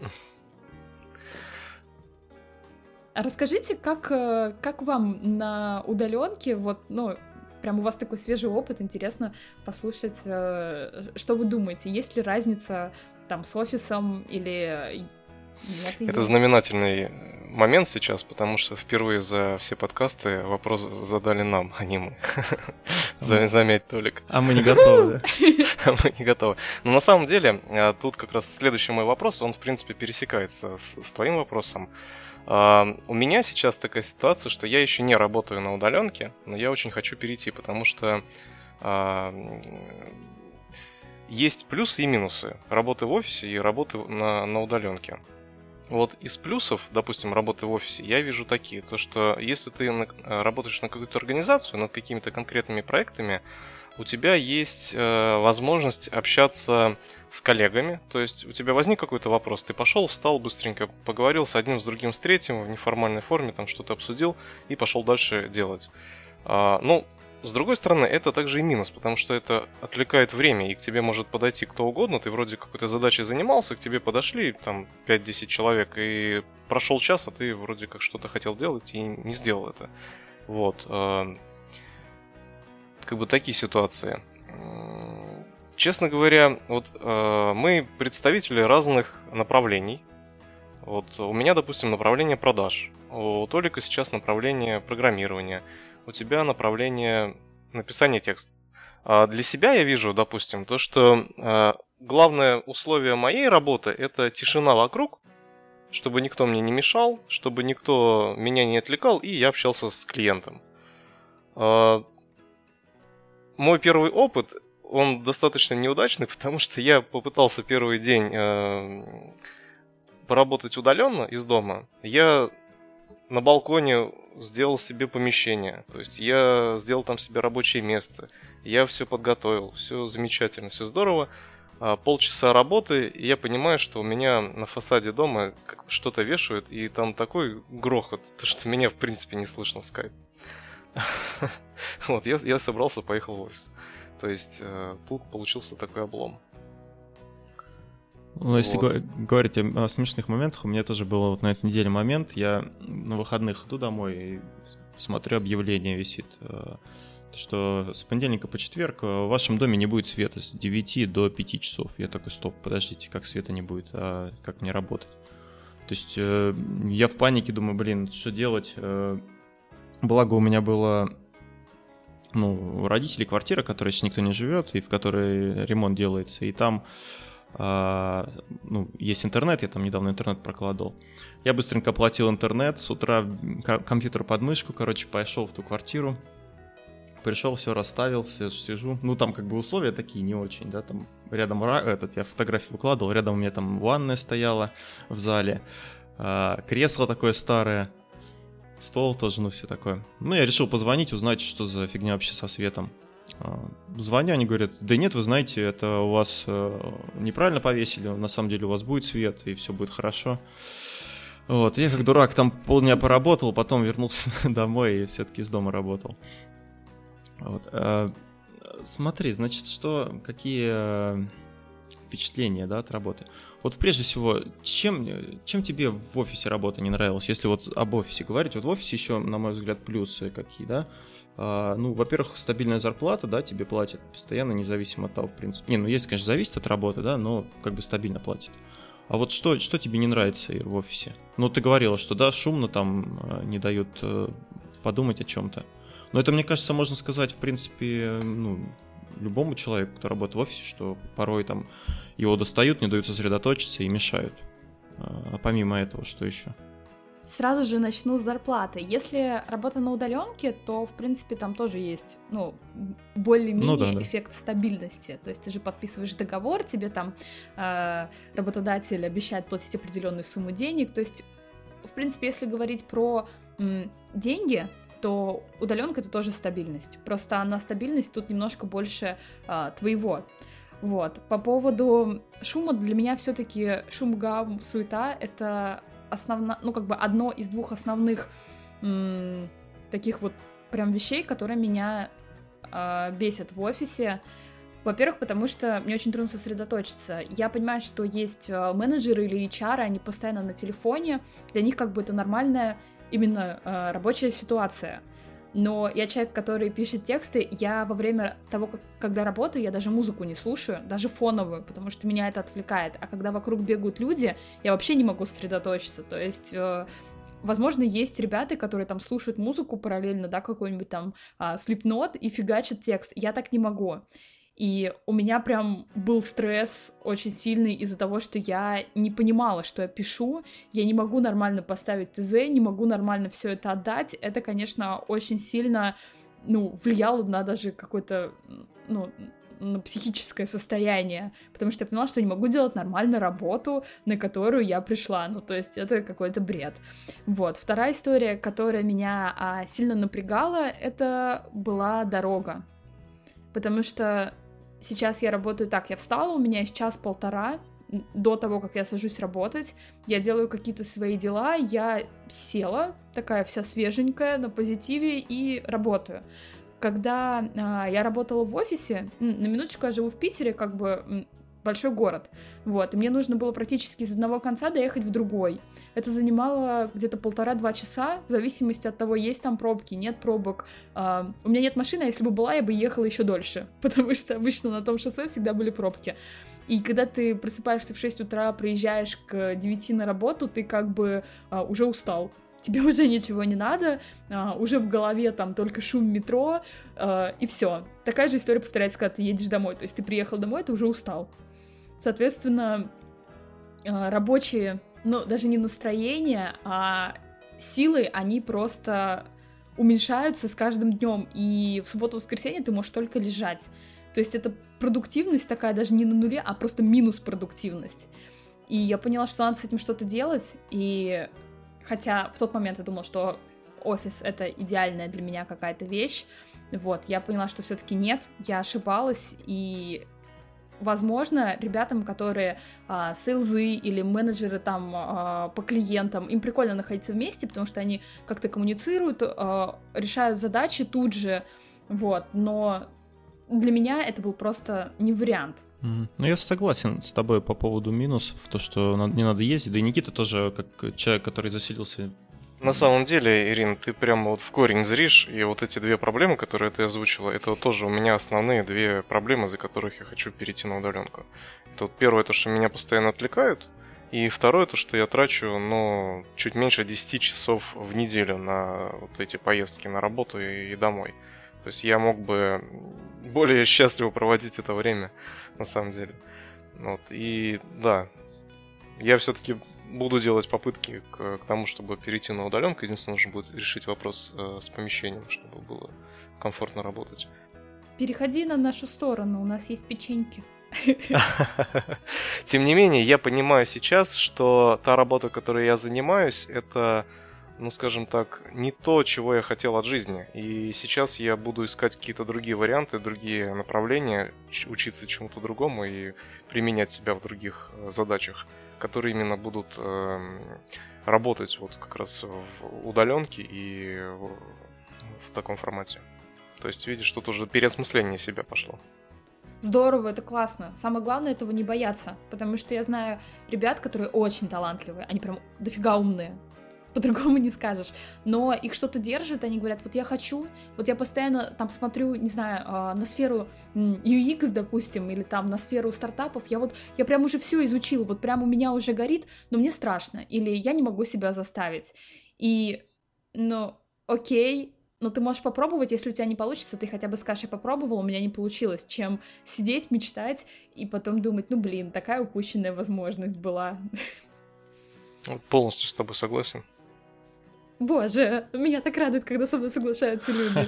А расскажите, как, как вам на удаленке, вот, ну, прям у вас такой свежий опыт, интересно послушать, что вы думаете, есть ли разница там с офисом или... Нет, это ее. Знаменательный момент сейчас, потому что впервые за все подкасты вопрос задали нам, а не мы. Заметь, Толик. А мы не готовы, да? А мы не готовы. Но на самом деле, тут как раз следующий мой вопрос, он, в принципе, пересекается с, с твоим вопросом. У меня сейчас такая ситуация, что я еще не работаю на удаленке, но я очень хочу перейти, потому что есть плюсы и минусы работы в офисе и работы на, на удаленке. Вот из плюсов, допустим, работы в офисе, я вижу такие, то что если ты на, работаешь на какую-то организацию, над какими-то конкретными проектами, у тебя есть э, возможность общаться с коллегами, то есть у тебя возник какой-то вопрос, ты пошел, встал быстренько, поговорил с одним, с другим, с третьим в неформальной форме, там что-то обсудил и пошел дальше делать. А, ну, с другой стороны, это также и минус, потому что это отвлекает время, и к тебе может подойти кто угодно, ты вроде какой-то задачей занимался, к тебе подошли там пять-десять человек, и прошел час, а ты вроде как что-то хотел делать и не сделал это. Вот. Как бы такие ситуации. Честно говоря, вот мы представители разных направлений. Вот у меня, допустим, направление продаж, у Толика сейчас направление программирования, у тебя направление написания текста. А для себя я вижу, допустим, то, что а, главное условие моей работы – это тишина вокруг, чтобы никто мне не мешал, чтобы никто меня не отвлекал, и я общался с клиентом. А, мой первый опыт, он достаточно неудачный, потому что я попытался первый день а, поработать удаленно из дома. Я на балконе сделал себе помещение, то есть я сделал там себе рабочее место, я все подготовил, все замечательно, все здорово. А, полчаса работы, и я понимаю, что у меня на фасаде дома что-то вешают, и там такой грохот, что меня в принципе не слышно в скайп. Вот, я, я собрался, поехал в офис. То есть тут получился такой облом. Ну, если вот. говорить о, о смешных моментах, у меня тоже был вот на этой неделе момент, я на выходных иду домой и смотрю, объявление висит, что с понедельника по четверг в вашем доме не будет света с девяти до пяти часов. Я такой, стоп, подождите, как света не будет, а как мне работать? То есть я в панике думаю, блин, что делать? Благо у меня было... Ну, у родителей квартира, в которой сейчас никто не живет, и в которой ремонт делается, и там а, ну, есть интернет, я там недавно интернет прокладывал. Я быстренько оплатил интернет, с утра компьютер под мышку, короче, пошел в ту квартиру, пришел, все расставил, сижу. Ну, там как бы условия такие не очень, да, там рядом, этот, я фотографии выкладывал, рядом у меня там ванная стояла в зале, а, кресло такое старое, стол тоже, ну, все такое. Ну, я решил позвонить, узнать, что за фигня вообще со светом. Звоню, они говорят, да нет, вы знаете, это у вас неправильно повесили, на самом деле у вас будет свет, и все будет хорошо. Вот, я как дурак там полдня поработал, потом вернулся домой и все-таки из дома работал. Вот. Смотри, значит, что, какие впечатления, да, от работы? Вот прежде всего, чем, чем тебе в офисе работа не нравилась? Если вот об офисе говорить, вот в офисе еще, на мой взгляд, плюсы какие, да? А, ну, во-первых, стабильная зарплата, да, тебе платят постоянно, независимо от того, в принципе. Не, ну, есть, конечно, зависит от работы, да, но как бы стабильно платят. А вот что, что тебе не нравится в офисе? Ну, ты говорила, что, да, шумно там, не дают подумать о чем-то. Но это, мне кажется, можно сказать, в принципе, ну, любому человеку, кто работает в офисе, что порой там его достают, не дают сосредоточиться и мешают. А помимо этого, что еще? Сразу же начну с зарплаты. Если работа на удаленке, то, в принципе, там тоже есть, ну, более-менее Ну да, да. эффект стабильности. То есть ты же подписываешь договор, тебе там э, работодатель обещает платить определенную сумму денег. То есть, в принципе, если говорить про м, деньги, то удаленка — это тоже стабильность. Просто на стабильность тут немножко больше э, твоего. Вот. По поводу шума, для меня все-таки шум, гам, суета — это основно, ну, как бы одно из двух основных м, таких вот прям вещей, которые меня э, бесят в офисе. Во-первых, потому что мне очень трудно сосредоточиться. Я понимаю, что есть менеджеры или эйч ар, они постоянно на телефоне, для них как бы это нормальная именно э, рабочая ситуация. Но я человек, который пишет тексты, я во время того, как, когда работаю, я даже музыку не слушаю, даже фоновую, потому что меня это отвлекает. А когда вокруг бегают люди, я вообще не могу сосредоточиться. То есть, э, возможно, есть ребята, которые там слушают музыку параллельно, да, какой-нибудь там э, Slipknot и фигачат текст. Я так не могу. И у меня прям был стресс очень сильный из-за того, что я не понимала, что я пишу, я не могу нормально поставить ТЗ, не могу нормально все это отдать. Это, конечно, очень сильно, ну, влияло на даже какое-то, ну, на психическое состояние, потому что я поняла, что не могу делать нормально работу, на которую я пришла. Ну, то есть это какой-то бред. Вот. Вторая история, которая меня а, сильно напрягала, это была дорога. Потому что сейчас я работаю так, я встала, у меня есть час-полтора до того, как я сажусь работать, я делаю какие-то свои дела, я села, такая вся свеженькая, на позитиве, и работаю. Когда а, я работала в офисе, на минуточку, я живу в Питере, как бы большой город, вот, и мне нужно было практически из одного конца доехать в другой. Это занимало где-то полтора-два часа, в зависимости от того, есть там пробки, нет пробок. Uh, у меня нет машины, а если бы была, я бы ехала еще дольше, потому что обычно на том шоссе всегда были пробки. И когда ты просыпаешься в шесть утра, приезжаешь к девяти на работу, ты как бы uh, уже устал. Тебе уже ничего не надо, uh, уже в голове там только шум метро, uh, и все. Такая же история повторяется, когда ты едешь домой. То есть ты приехал домой, ты уже устал. Соответственно, рабочие, ну, даже не настроение, а силы, они просто уменьшаются с каждым днем, и в субботу-воскресенье ты можешь только лежать. То есть это продуктивность такая даже не на нуле, а просто минус продуктивность. И я поняла, что надо с этим что-то делать, и хотя в тот момент я думала, что офис — это идеальная для меня какая-то вещь, вот, я поняла, что все-таки нет, я ошибалась, и возможно, ребятам, которые а, сейлзы или менеджеры там а, по клиентам, им прикольно находиться вместе, потому что они как-то коммуницируют, а, решают задачи тут же, вот, но для меня это был просто не вариант. Mm-hmm. Ну, я согласен с тобой по поводу минусов, то, что не надо ездить, да и Никита тоже, как человек, который заселился. На самом деле, Ирин, ты прямо вот в корень зришь, и вот эти две проблемы, которые ты озвучила, это вот тоже у меня основные две проблемы, из-за которых я хочу перейти на удаленку. Это вот первое, то, что меня постоянно отвлекают, и второе, то, что я трачу, ну, чуть меньше десять часов в неделю на вот эти поездки на работу и, и домой. То есть я мог бы более счастливо проводить это время, на самом деле. Вот, и да, я все-таки буду делать попытки к, к тому, чтобы перейти на удаленку. Единственное, нужно будет решить вопрос э, с помещением, чтобы было комфортно работать. Переходи на нашу сторону, у нас есть печеньки. Тем не менее, я понимаю сейчас, что та работа, которой я занимаюсь, это, ну скажем так, не то, чего я хотел от жизни. И сейчас я буду искать какие-то другие варианты, другие направления, учиться чему-то другому и применять себя в других задачах, которые именно будут э, работать вот как раз в удаленке и в, в таком формате. То есть, видишь, тут уже переосмысление себя пошло. Здорово, это классно. Самое главное этого не бояться, потому что я знаю ребят, которые очень талантливые, они прям дофига умные. По-другому не скажешь, но их что-то держит, они говорят, вот я хочу, вот я постоянно там смотрю, не знаю, на сферу ю экс, допустим, или там на сферу стартапов, я вот, я прям уже все изучила, вот прям у меня уже горит, но мне страшно, или я не могу себя заставить, и, ну, окей, но ты можешь попробовать, если у тебя не получится, ты хотя бы скажешь, я попробовала, у меня не получилось, чем сидеть, мечтать, и потом думать, ну, блин, такая упущенная возможность была. Полностью с тобой согласен. Боже, меня так радует, когда со мной соглашаются люди.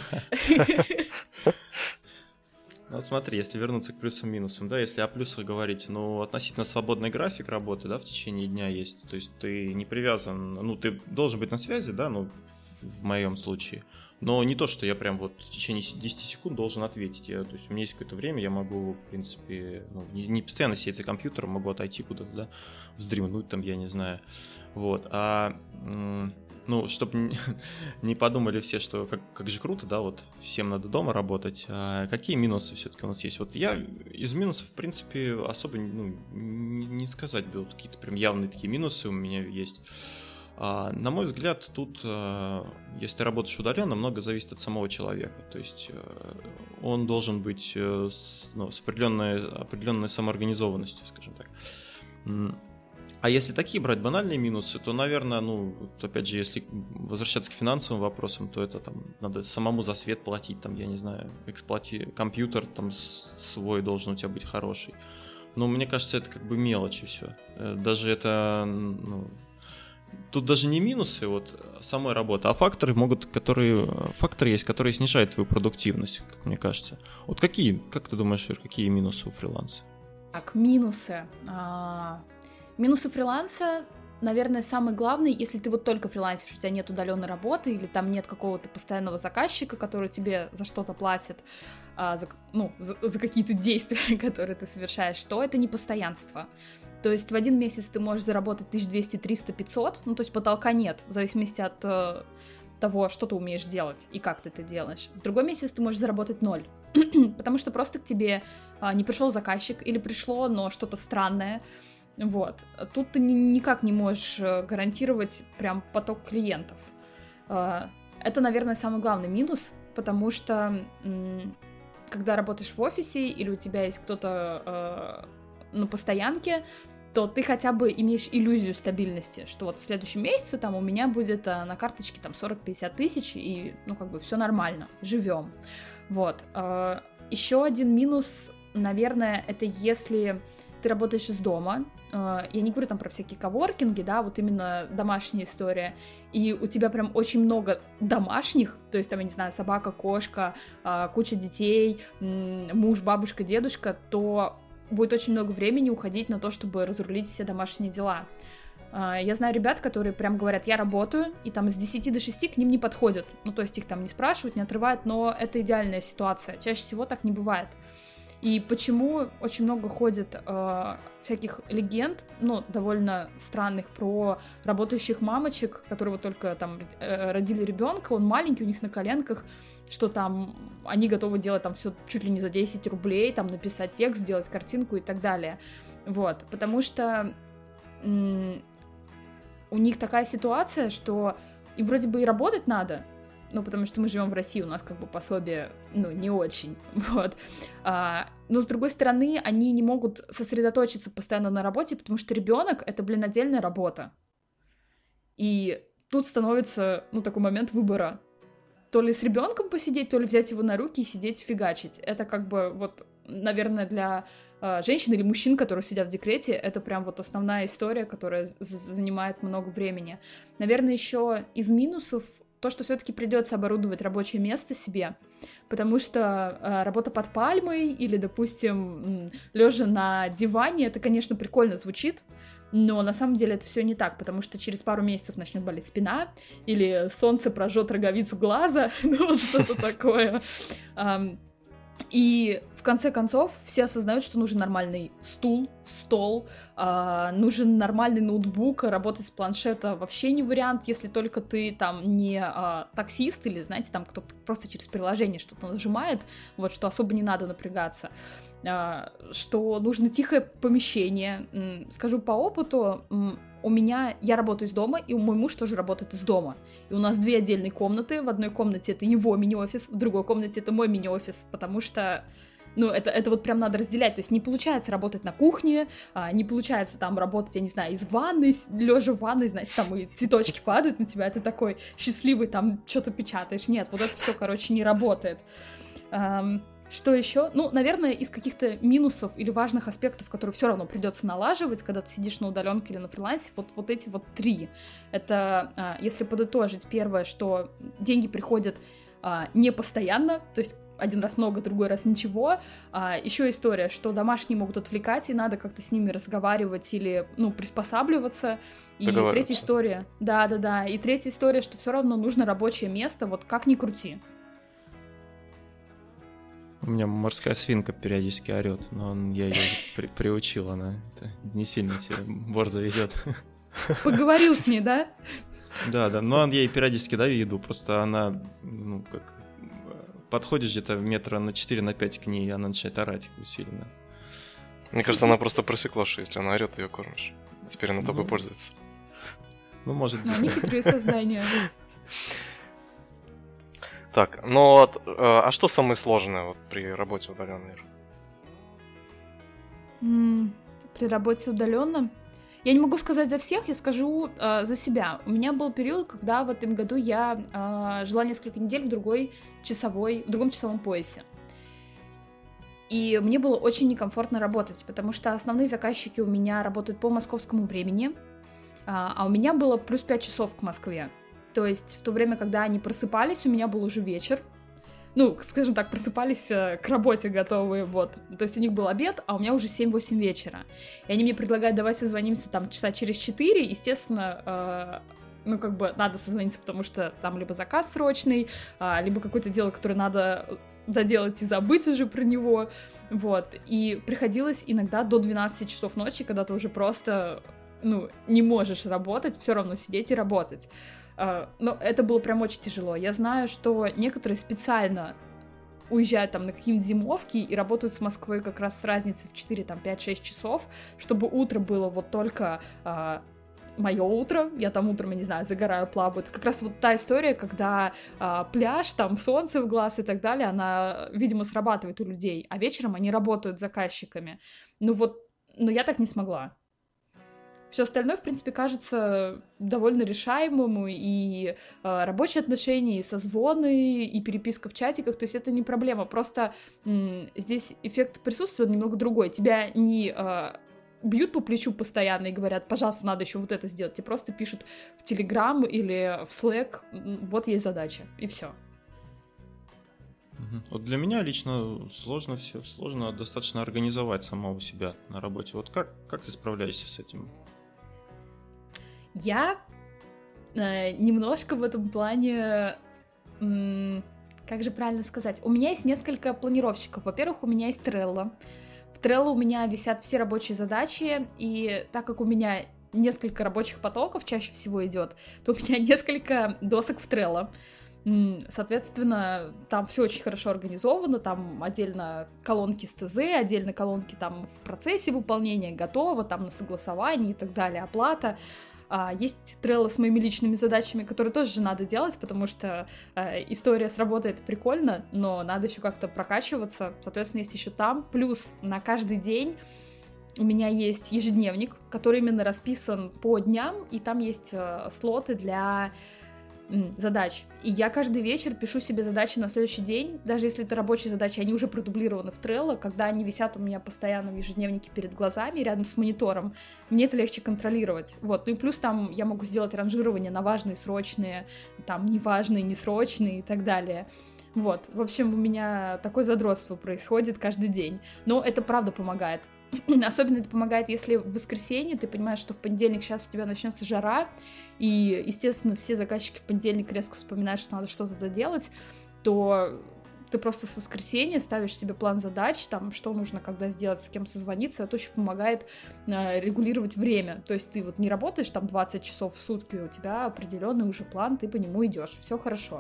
Ну, смотри, если вернуться к плюсам-минусам, да, если о плюсах говорить, ну, относительно свободный график работы, да, в течение дня есть, то есть ты не привязан, ну, ты должен быть на связи, да, ну, в моем случае, но не то, что я прям вот в течение десять секунд должен ответить, я, то есть у меня есть какое-то время, я могу, в принципе, ну, не, не постоянно сидеть за компьютером, могу отойти куда-то, да, вздремнуть там, я не знаю, вот, а... Ну, чтобы не подумали все, что как, как же круто, да, вот всем надо дома работать. А какие минусы все-таки у нас есть? Вот я из минусов, в принципе, особо ну, не сказать бы, вот какие-то прям явные такие минусы у меня есть. А, на мой взгляд, тут, если ты работаешь удаленно, много зависит от самого человека. То есть он должен быть с, ну, с определенной, определенной самоорганизованностью, скажем так. А если такие брать банальные минусы, то, наверное, ну, вот опять же, если возвращаться к финансовым вопросам, то это там надо самому за свет платить, там, я не знаю, эксплуати... компьютер там свой должен у тебя быть хороший. Но мне кажется, это как бы мелочи все. Даже это, ну, тут даже не минусы вот самой работы, а факторы могут, которые, факторы есть, которые снижают твою продуктивность, как мне кажется. Вот какие, как ты думаешь, Ир, какие минусы у фриланса? Так, минусы. А... Минусы фриланса, наверное, самый главный, если ты вот только фрилансишь, у тебя нет удаленной работы или там нет какого-то постоянного заказчика, который тебе за что-то платит, а, за, ну, за, за какие-то действия, которые ты совершаешь, то это не постоянство. То есть в один месяц ты можешь заработать тысяча двести, триста, пятьсот, ну то есть потолка нет, в зависимости от э, того, что ты умеешь делать и как ты это делаешь. В другой месяц ты можешь заработать ноль, потому что просто к тебе э, не пришел заказчик или пришло, но что-то странное. Вот. Тут ты никак не можешь гарантировать прям поток клиентов. Это, наверное, самый главный минус, потому что когда работаешь в офисе или у тебя есть кто-то на постоянке, то ты хотя бы имеешь иллюзию стабильности, что вот в следующем месяце там у меня будет на карточке там сорок-пятьдесят тысяч, и, ну, как бы все нормально, живем. Вот. Еще один минус, наверное, это если ты работаешь из дома. Я не говорю там про всякие коворкинги, да, вот именно домашняя история, и у тебя прям очень много домашних, то есть там, я не знаю, собака, кошка, куча детей, муж, бабушка, дедушка, то будет очень много времени уходить на то, чтобы разрулить все домашние дела. Я знаю ребят, которые прям говорят, я работаю, и там с десяти до шести к ним не подходят, ну, то есть их там не спрашивают, не отрывают, но это идеальная ситуация, чаще всего так не бывает. И почему очень много ходит э, всяких легенд, ну, довольно странных, про работающих мамочек, которые вот только там э, родили ребенка, он маленький, у них на коленках, что там они готовы делать там все чуть ли не за десять рублей, там написать текст, сделать картинку и так далее. Вот, потому что м- у них такая ситуация, что им вроде бы и работать надо, ну, потому что мы живем в России, у нас как бы пособие, ну, не очень, вот. А, но, с другой стороны, они не могут сосредоточиться постоянно на работе, потому что ребенок — это, блин, отдельная работа. И тут становится, ну, такой момент выбора. То ли с ребенком посидеть, то ли взять его на руки и сидеть фигачить. Это как бы вот, наверное, для э, женщин или мужчин, которые сидят в декрете, это прям вот основная история, которая з- занимает много времени. Наверное, еще из минусов то, что все-таки придется оборудовать рабочее место себе, потому что э, работа под пальмой или, допустим, лежа на диване, это, конечно, прикольно звучит, но на самом деле это все не так, потому что через пару месяцев начнет болеть спина, или солнце прожжет роговицу глаза, ну вот что-то такое. И в конце концов все осознают, что нужен нормальный стул, стол, э, нужен нормальный ноутбук, работать с планшета вообще не вариант, если только ты там не э, таксист или, знаете, там кто просто через приложение что-то нажимает, вот, что особо не надо напрягаться, э, что нужно тихое помещение. Скажу по опыту, у меня, я работаю из дома, и мой муж тоже работает из дома. И у нас две отдельные комнаты. В одной комнате это его мини-офис, в другой комнате это мой мини-офис, потому что, ну, это, это вот прям надо разделять. То есть не получается работать на кухне, а, не получается там работать, я не знаю, из ванной, лежа в ванной, знаете, там и цветочки падают на тебя, ты такой счастливый, там что-то печатаешь. Нет, вот это все, короче, не работает. Um, Что еще? Ну, наверное, из каких-то минусов или важных аспектов, которые все равно придется налаживать, когда ты сидишь на удаленке или на фрилансе, вот, вот эти вот три. Это, а, если подытожить, первое, что деньги приходят а, не постоянно, то есть один раз много, другой раз ничего. А, еще история, что домашние могут отвлекать, и надо как-то с ними разговаривать или, ну, приспосабливаться. И третья история, да-да-да, и третья история, что все равно нужно рабочее место, вот как ни крути. У меня морская свинка периодически орет, но он, я ее при, приучил, она это, не сильно тебе бор заведет. Поговорил с ней, да? Да, да, но я ей периодически даю еду, просто она, ну, как, подходишь где-то метра на четыре на пять к ней, и она начинает орать усиленно. Мне кажется, она просто просекла, что если она орет, ты ее кормишь. Теперь она тобой ну, пользуется. Ну, может быть. Но они хитрые создания. Так, ну вот, а что самое сложное вот при работе удаленно? Mm, при работе удаленно? Я не могу сказать за всех, я скажу э, за себя. У меня был период, когда в этом году я э, жила несколько недель в другой часовой, в другом часовом поясе. И мне было очень некомфортно работать, потому что основные заказчики у меня работают по московскому времени, а, а у меня было плюс пять часов к Москве. То есть в то время, когда они просыпались, у меня был уже вечер. Ну, скажем так, просыпались э, к работе готовые, вот. То есть у них был обед, а у меня уже семь-восемь вечера. И они мне предлагают, давай созвонимся там часа через четыре. Естественно, э, ну, как бы надо созвониться, потому что там либо заказ срочный, э, либо какое-то дело, которое надо доделать и забыть уже про него, вот. И приходилось иногда до двенадцати часов ночи, когда ты уже просто, ну, не можешь работать, все равно сидеть и работать. Uh, но это было прям очень тяжело. Я знаю, что некоторые специально уезжают там на какие-нибудь зимовки и работают с Москвой как раз с разницей в четыре, там, пять-шесть часов, чтобы утро было вот только uh, мое утро, я там утром, я не знаю, загораю, плаваю. Это как раз вот та история, когда uh, пляж, там, солнце в глаз и так далее, она, видимо, срабатывает у людей, а вечером они работают с заказчиками. Ну вот, но я так не смогла. Все остальное, в принципе, кажется довольно решаемым, и э, рабочие отношения, и созвоны, и переписка в чатиках, то есть это не проблема, просто м- здесь эффект присутствия немного другой. Тебя не э, бьют по плечу постоянно и говорят, пожалуйста, надо еще вот это сделать, тебе просто пишут в Telegram или в Slack, вот есть задача, и все. Вот для меня лично сложно все, сложно достаточно организовать самого себя на работе. Вот как, как ты справляешься с этим? Я э, немножко в этом плане, м- как же правильно сказать, у меня есть несколько планировщиков. Во-первых, у меня есть Trello. В Trello у меня висят все рабочие задачи, и так как у меня несколько рабочих потоков чаще всего идет, то у меня несколько досок в Trello. Соответственно, там все очень хорошо организовано, там отдельно колонки с ТЗ, отдельно колонки там в процессе выполнения, готово, там на согласовании и так далее, оплата. Есть Trello с моими личными задачами, которые тоже же надо делать, потому что э, история с работой — это прикольно, но надо еще как-то прокачиваться, соответственно, есть еще там. Плюс на каждый день у меня есть ежедневник, который именно расписан по дням, и там есть э, слоты для задач. И я каждый вечер пишу себе задачи на следующий день, даже если это рабочие задачи, они уже продублированы в Trello, когда они висят у меня постоянно в ежедневнике перед глазами, рядом с монитором, мне это легче контролировать. Вот. Ну и плюс там я могу сделать ранжирование на важные, срочные, там неважные, несрочные и так далее. Вот. В общем, у меня такое задротство происходит каждый день. Но это правда помогает. Особенно это помогает, если в воскресенье ты понимаешь, что в понедельник сейчас у тебя начнется жара, и, естественно, все заказчики в понедельник резко вспоминают, что надо что-то доделать, то ты просто с воскресенья ставишь себе план задач, там, что нужно когда сделать, с кем созвониться, это очень помогает э, регулировать время, то есть ты вот не работаешь там двадцать часов в сутки, у тебя определенный уже план, ты по нему идешь, все хорошо.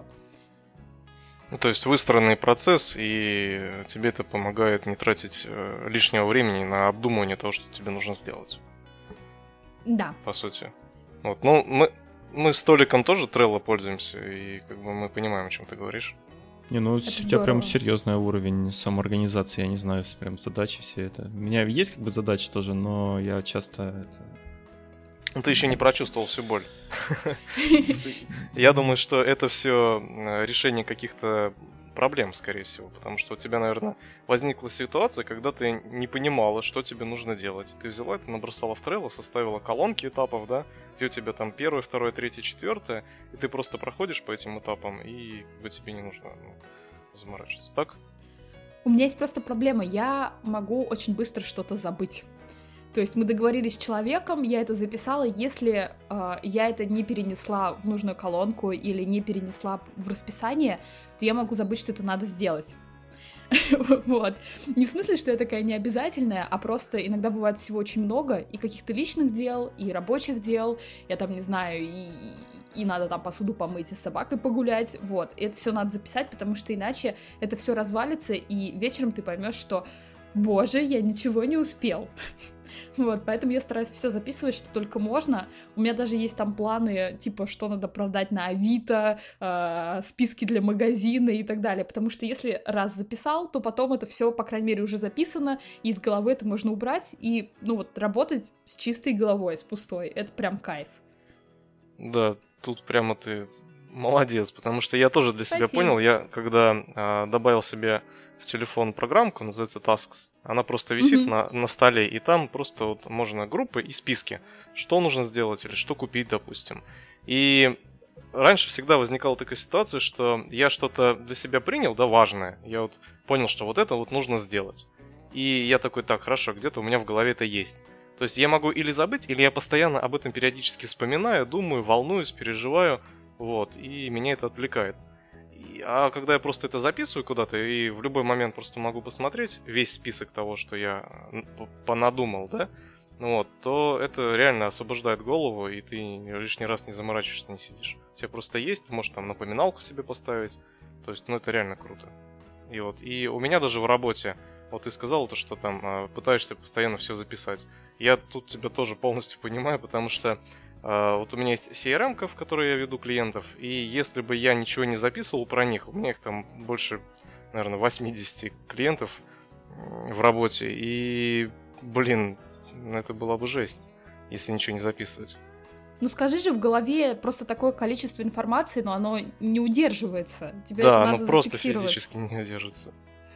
Ну, то есть выстроенный процесс, и тебе это помогает не тратить э, лишнего времени на обдумывание того, что тебе нужно сделать. Да. По сути. Вот. Ну, мы, мы с Толиком тоже Trello пользуемся, и как бы мы понимаем, о чем ты говоришь. Не, ну это у тебя здорово. прям серьезный уровень самоорганизации, я не знаю, прям задачи все это. У меня есть как бы задачи тоже, но я часто это... Ну, ты еще не прочувствовал всю боль. Я думаю, что это все решение каких-то проблем, скорее всего, потому что у тебя, наверное, возникла ситуация, когда ты не понимала, что тебе нужно делать. Ты взяла это, набросала в Trello, составила колонки этапов, да, где у тебя там первое, второе, третье, четвертое, и ты просто проходишь по этим этапам, и как бы тебе не нужно ну, заморачиваться, так? У меня есть просто проблема, я могу очень быстро что-то забыть. То есть мы договорились с человеком, я это записала, если э, я это не перенесла в нужную колонку или не перенесла в расписание, то я могу забыть, что это надо сделать. Вот. Не в смысле, что я такая необязательная, а просто иногда бывает всего очень много, и каких-то личных дел, и рабочих дел, я там, не знаю, и, и надо там посуду помыть, и с собакой погулять, вот. И это все надо записать, потому что иначе это все развалится, и вечером ты поймешь, что, боже, я ничего не успел. Вот, поэтому я стараюсь все записывать, что только можно. У меня даже есть там планы, типа, что надо продать на Авито, э, списки для магазина и так далее. Потому что если раз записал, то потом это все, по крайней мере, уже записано, и из головы это можно убрать, и, ну вот, работать с чистой головой, с пустой. Это прям кайф. Да, тут прямо ты молодец, потому что я тоже для себя Спасибо. понял, я когда э, добавил себе в телефон программку, называется Tasks, она просто висит Мгм. на, на столе, и там просто вот можно группы и списки, что нужно сделать или что купить, допустим. И раньше всегда возникала такая ситуация, что я что-то для себя принял, да, важное, я вот понял, что вот это вот нужно сделать. И я такой, так, хорошо, где-то у меня в голове это есть. То есть я могу или забыть, или я постоянно об этом периодически вспоминаю, думаю, волнуюсь, переживаю, вот, и меня это отвлекает. И, а когда я просто это записываю куда-то, и в любой момент просто могу посмотреть весь список того, что я понадумал, да, вот, то это реально освобождает голову, и ты лишний раз не заморачиваешься, не сидишь. У тебя просто есть, ты можешь там напоминалку себе поставить, то есть, ну, это реально круто. И вот, и у меня даже в работе, вот ты сказал то, что там пытаешься постоянно все записать. Я тут тебя тоже полностью понимаю, потому что Uh, вот у меня есть си эр эм-ка, в которой я веду клиентов, и если бы я ничего не записывал про них, у меня их там больше, наверное, восемьдесят клиентов в работе, и, блин, это была бы жесть, если ничего не записывать. Ну скажи же, в голове просто такое количество информации, но оно не удерживается. Тебе да, это оно надо просто зафиксировать. физически не удержится.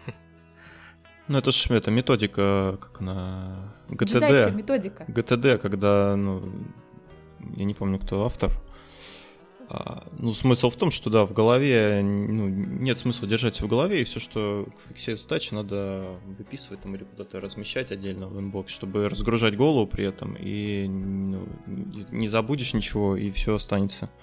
Ну, это ж это методика, как она... гэ тэ дэ. Джедайская методика. гэ тэ дэ, когда, ну... Я не помню, кто автор. А, ну, смысл в том, что, да, в голове, ну, нет смысла держать в голове, и все, что, все задачи надо выписывать там или куда-то размещать отдельно в инбокс, чтобы разгружать голову при этом, и ну, не забудешь ничего, и все останется.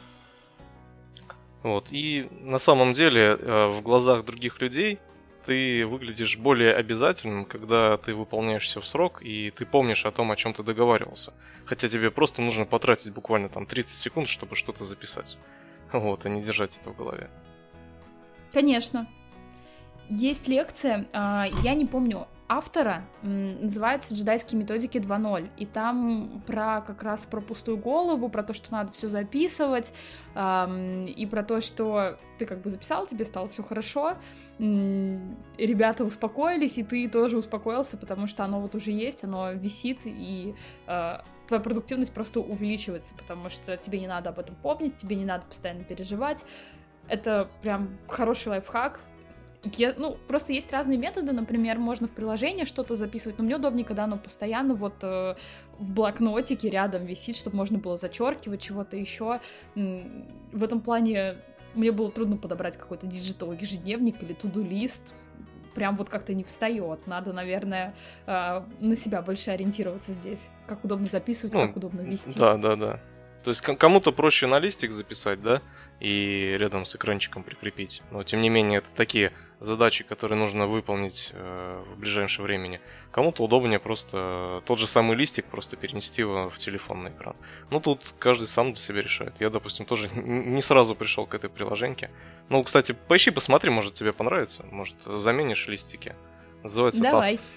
Вот, и на самом деле в глазах других людей ты выглядишь более обязательным, когда ты выполняешь все в срок, и ты помнишь о том, о чем ты договаривался. Хотя тебе просто нужно потратить буквально там тридцать секунд, чтобы что-то записать. Вот, а не держать это в голове. Конечно. Есть лекция, я не помню автора, называется «Джедайские методики два ноль», и там про как раз про пустую голову, про то, что надо все записывать, и про то, что ты как бы записал, тебе стало все хорошо, ребята успокоились, и ты тоже успокоился, потому что оно вот уже есть, оно висит, и твоя продуктивность просто увеличивается, потому что тебе не надо об этом помнить, тебе не надо постоянно переживать. Это прям хороший лайфхак. Я, ну, просто есть разные методы, например, можно в приложении что-то записывать, но мне удобнее, когда оно постоянно вот э, в блокнотике рядом висит, чтобы можно было зачеркивать чего-то еще. В этом плане мне было трудно подобрать какой-то диджитал ежедневник или туду-лист, прям вот как-то не встает. Надо, наверное, э, на себя больше ориентироваться здесь, как удобно записывать, ну, как удобно вести. Да, да, да. То есть кому-то проще на листик записать, да, и рядом с экранчиком прикрепить. Но тем не менее это такие задачи, которые нужно выполнить э, в ближайшее времени. Кому-то удобнее просто тот же самый листик просто перенести его в телефонный экран. Ну тут каждый сам для себя решает. Я, допустим, тоже не сразу пришел к этой приложеньке. Ну, кстати, поищи, посмотри, может тебе понравится. Может заменишь листики. Называется Давай. Tasks.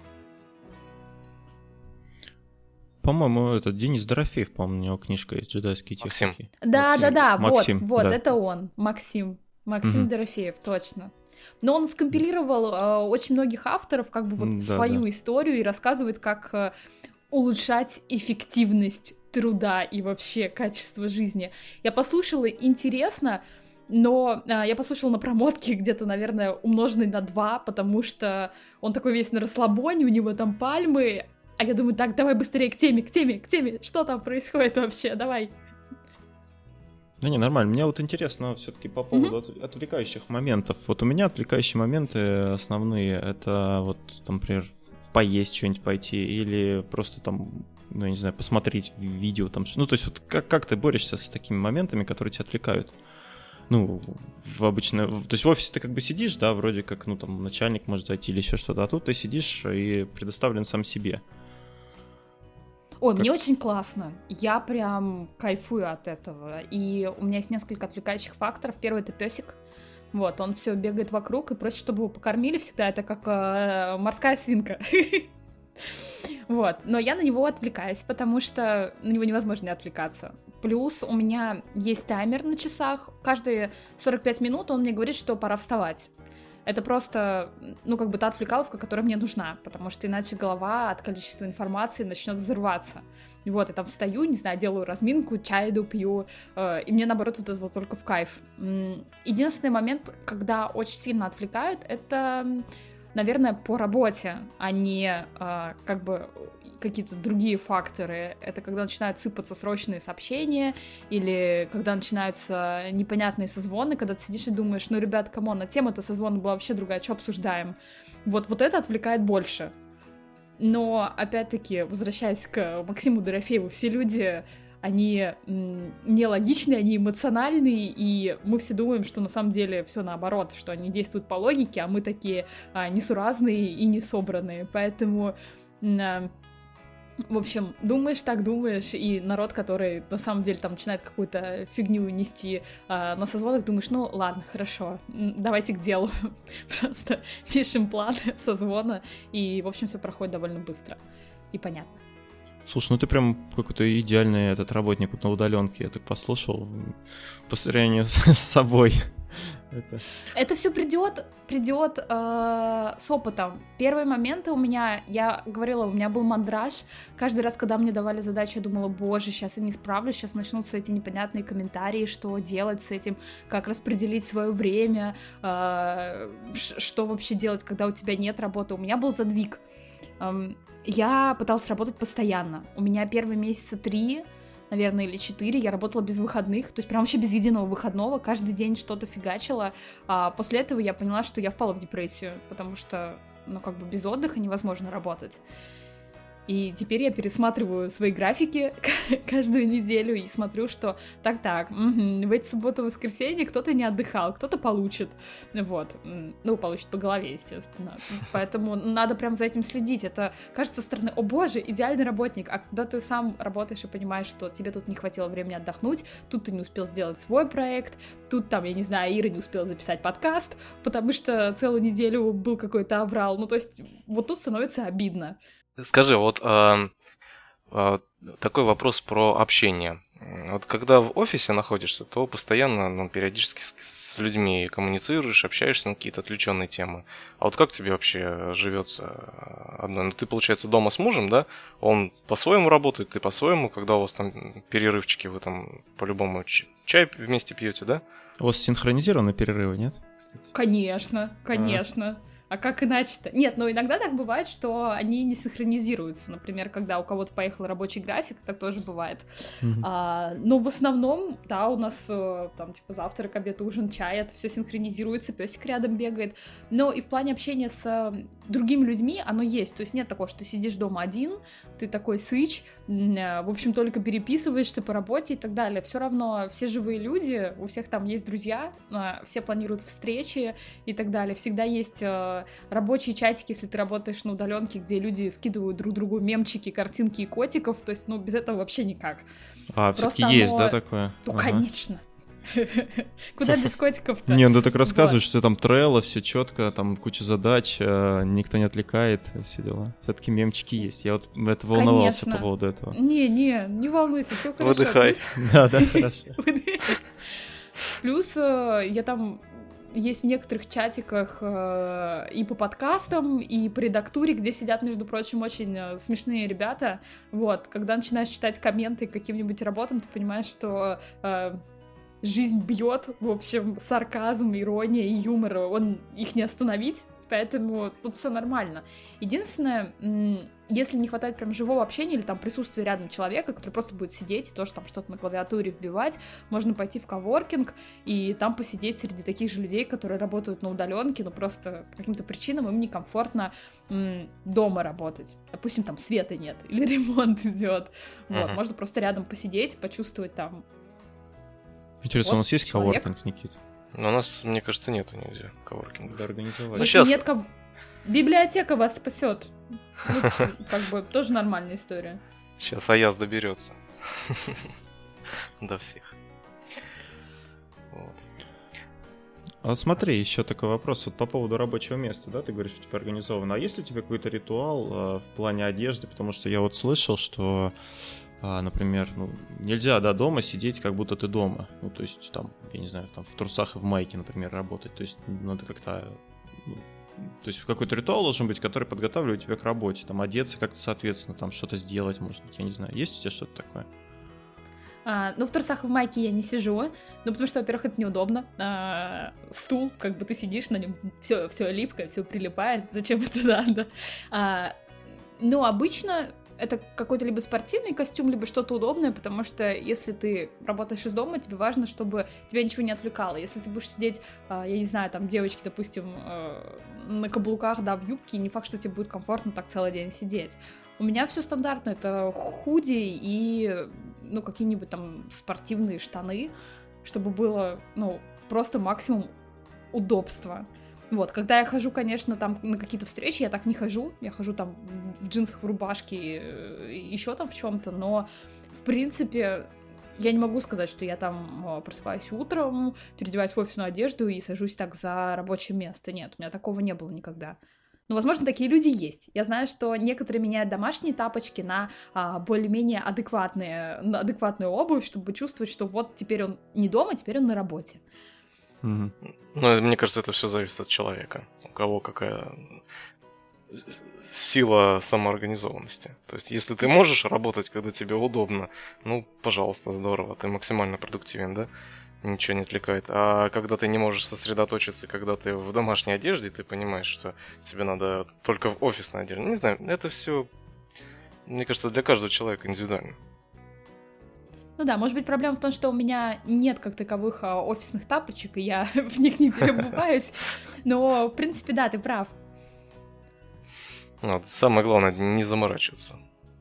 По-моему, этот Денис Дорофеев, по-моему, у него книжка есть «Джедайские техники». Максим. Да, Максим. да, да, Максим, вот, вот, да. это он, Максим. Максим Мгм. Дорофеев, точно. Но он скомпилировал э, очень многих авторов, как бы вот в Да, свою да. историю и рассказывает, как э, улучшать эффективность труда и вообще качество жизни. Я послушала, интересно, Но а, я послушала на промотке где-то, наверное, умноженный на два, потому что он такой весь на расслабоне, у него там пальмы, а я думаю, так, давай быстрее к теме, к теме, к теме, что там происходит вообще, давай. Да не, нормально. Мне вот интересно все-таки по поводу mm-hmm. от, отвлекающих моментов. Вот у меня отвлекающие моменты основные, это вот, там, например, поесть что-нибудь пойти или просто там, ну, я не знаю, посмотреть видео там. Ну, то есть вот как, как ты борешься с такими моментами, которые тебя отвлекают? Ну, в обычно... То есть в офисе ты как бы сидишь, да, вроде как, ну, там, начальник может зайти или еще что-то, а тут ты сидишь и предоставлен сам себе. Ой, как... мне очень классно. Я прям кайфую от этого. И у меня есть несколько отвлекающих факторов. Первый — это песик. Вот, он все бегает вокруг и просит, чтобы его покормили всегда. Это как э, морская свинка. Вот, но я на него отвлекаюсь, потому что на него невозможно не отвлекаться. Плюс у меня есть таймер на часах. Каждые сорок пять минут он мне говорит, что пора вставать. Это просто, ну, как бы та отвлекаловка, которая мне нужна, потому что иначе голова от количества информации начнет взрываться. И вот, я там встаю, не знаю, делаю разминку, чай иду, пью, э, и мне, наоборот, это вот только в кайф. Единственный момент, когда очень сильно отвлекают, это, наверное, по работе, а не э, как бы какие-то другие факторы. Это когда начинают сыпаться срочные сообщения или когда начинаются непонятные созвоны, когда ты сидишь и думаешь, ну, ребят, камон, а тема-то созвона была вообще другая, что обсуждаем? Вот, вот это отвлекает больше. Но, опять-таки, возвращаясь к Максиму Дорофееву, все люди, они м, нелогичные, они эмоциональные, и мы все думаем, что на самом деле все наоборот, что они действуют по логике, а мы такие а, несуразные и несобранные. Поэтому... М, В общем, думаешь так, думаешь, и народ, который на самом деле там начинает какую-то фигню нести э, на созвонах, думаешь, ну ладно, хорошо, давайте к делу. Просто пишем план созвона, и, в общем, все проходит довольно быстро и понятно. Слушай, ну ты прям какой-то идеальный этот работник вот на удаленке, я так послушал, по сравнению с собой. Это, это все придет, придет э, с опытом. Первые моменты у меня, я говорила, у меня был мандраж. Каждый раз, когда мне давали задачу, я думала, боже, сейчас я не справлюсь, сейчас начнутся эти непонятные комментарии, что делать с этим, как распределить свое время, э, что вообще делать, когда у тебя нет работы. У меня был задвиг. Э, я пыталась работать постоянно. У меня первые месяца три, наверное, или четыре, я работала без выходных, то есть прям вообще без единого выходного, каждый день что-то фигачила, а после этого я поняла, что я впала в депрессию, потому что, ну, как бы без отдыха невозможно работать. И теперь я пересматриваю свои графики каждую неделю и смотрю, что так-так, угу, в эти субботы и воскресенье кто-то не отдыхал, кто-то получит, вот, ну, получит по голове, естественно, поэтому надо прям за этим следить, это кажется со стороны, о боже, идеальный работник, а когда ты сам работаешь и понимаешь, что тебе тут не хватило времени отдохнуть, тут ты не успел сделать свой проект, тут там, я не знаю, Ира не успела записать подкаст, потому что целую неделю был какой-то аврал, ну, то есть вот тут становится обидно. Скажи, вот э, э, такой вопрос про общение. Вот когда в офисе находишься, то постоянно, ну, периодически с, с людьми коммуницируешь, общаешься на какие-то отвлеченные темы. А вот как тебе вообще живется одно? Ну, ты, получается, дома с мужем, да? Он по-своему работает, ты по-своему, когда у вас там перерывчики, вы там по-любому чай вместе пьете, да? У вас синхронизированы перерывы, нет? Кстати? Конечно, конечно. А-а. А как иначе-то? Нет, но иногда так бывает, что они не синхронизируются. Например, когда у кого-то поехал рабочий график, так тоже бывает. Mm-hmm. А, но в основном, да, у нас там типа завтрак, обед, ужин, чай, это все синхронизируется, песик рядом бегает. Но и в плане общения с другими людьми оно есть. То есть нет такого, что ты сидишь дома один, ты такой сыч, в общем, только переписываешься по работе и так далее. Все равно все живые люди, у всех там есть друзья, все планируют встречи и так далее. Всегда есть рабочие чатики, если ты работаешь на удаленке, где люди скидывают друг другу мемчики, картинки и котиков, то есть, ну, без этого вообще никак. А, все-таки есть, да, такое? Ну, ага. Конечно. Куда без котиков-то? Не, ну ты так рассказываешь, что там трелло, все четко, там куча задач, никто не отвлекает, все дела. Все-таки мемчики есть. Я вот это волновался по поводу этого. Не, не, не волнуйся, все хорошо. Выдыхай. Да, да, хорошо. Плюс я там... Есть в некоторых чатиках э, и по подкастам, и по редактуре, где сидят, между прочим, очень э, смешные ребята. Вот, когда начинаешь читать комменты к каким-нибудь работам, ты понимаешь, что э, жизнь бьет, в общем, сарказм, ирония и юмор, он их не остановить, поэтому тут все нормально. Единственное, если не хватает прям живого общения или там присутствия рядом человека, который просто будет сидеть и тоже там что-то на клавиатуре вбивать, можно пойти в коворкинг и там посидеть среди таких же людей, которые работают на удаленке, но просто по каким-то причинам им некомфортно м, дома работать. Допустим, там света нет или ремонт идет. Вот, uh-huh. Можно просто рядом посидеть, почувствовать там. Интересно, вот, у нас есть человек. Коворкинг, Никит? Но у нас, мне кажется, нету нигде коворкинга. Надо организовать. Если сейчас... нет ков... Библиотека вас спасет. Ну, как бы тоже нормальная история. Сейчас Аяз доберется до всех. Вот. А смотри, еще такой вопрос вот по поводу рабочего места, да, ты говоришь, что у тебя организовано. А есть ли у тебя какой-то ритуал э, в плане одежды? Потому что я вот слышал, что, э, например, ну, нельзя, да, дома сидеть, как будто ты дома. Ну, то есть, там, я не знаю, там в трусах и в майке, например, работать. То есть, надо как-то... Ну, то есть какой-то ритуал должен быть, который подготавливает тебя к работе. Там одеться как-то соответственно, там что-то сделать, может быть, я не знаю. Есть у тебя что-то такое? А, ну, в трусах и в майке я не сижу. Ну, потому что, во-первых, это неудобно. А, стул, как бы ты сидишь на нем, все, все липкое, все прилипает. Зачем это надо? А, ну, обычно это какой-то либо спортивный костюм, либо что-то удобное, потому что если ты работаешь из дома, тебе важно, чтобы тебя ничего не отвлекало. Если ты будешь сидеть, я не знаю, там девочки, допустим, на каблуках, да, в юбке, не факт, что тебе будет комфортно так целый день сидеть. У меня все стандартно, это худи и, ну, какие-нибудь там спортивные штаны, чтобы было, ну, просто максимум удобства. Вот, когда я хожу, конечно, там на какие-то встречи, я так не хожу, я хожу там в джинсах, в рубашке, еще там в чем-то, но, в принципе, я не могу сказать, что я там просыпаюсь утром, переодеваюсь в офисную одежду и сажусь так за рабочее место. Нет, у меня такого не было никогда. Но, возможно, такие люди есть. Я знаю, что некоторые меняют домашние тапочки на а, более-менее адекватные, на адекватную обувь, чтобы чувствовать, что вот теперь он не дома, теперь он на работе. Mm-hmm. Ну, мне кажется, это все зависит от человека. У кого какая сила самоорганизованности. То есть, если ты можешь работать, когда тебе удобно, ну, пожалуйста, здорово, ты максимально продуктивен, да? Ничего не отвлекает. А когда ты не можешь сосредоточиться, когда ты в домашней одежде, ты понимаешь, что тебе надо только в офисной одежде. Не знаю, это все, мне кажется, для каждого человека индивидуально. Ну да, может быть, проблема в том, что у меня нет как таковых а, офисных тапочек, и я в них не переобуваюсь. Но, в принципе, да, ты прав. Ну, самое главное, не заморачиваться.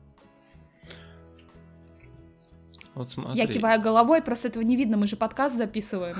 Вот смотри. Я киваю головой, просто этого не видно, мы же подкаст записываем.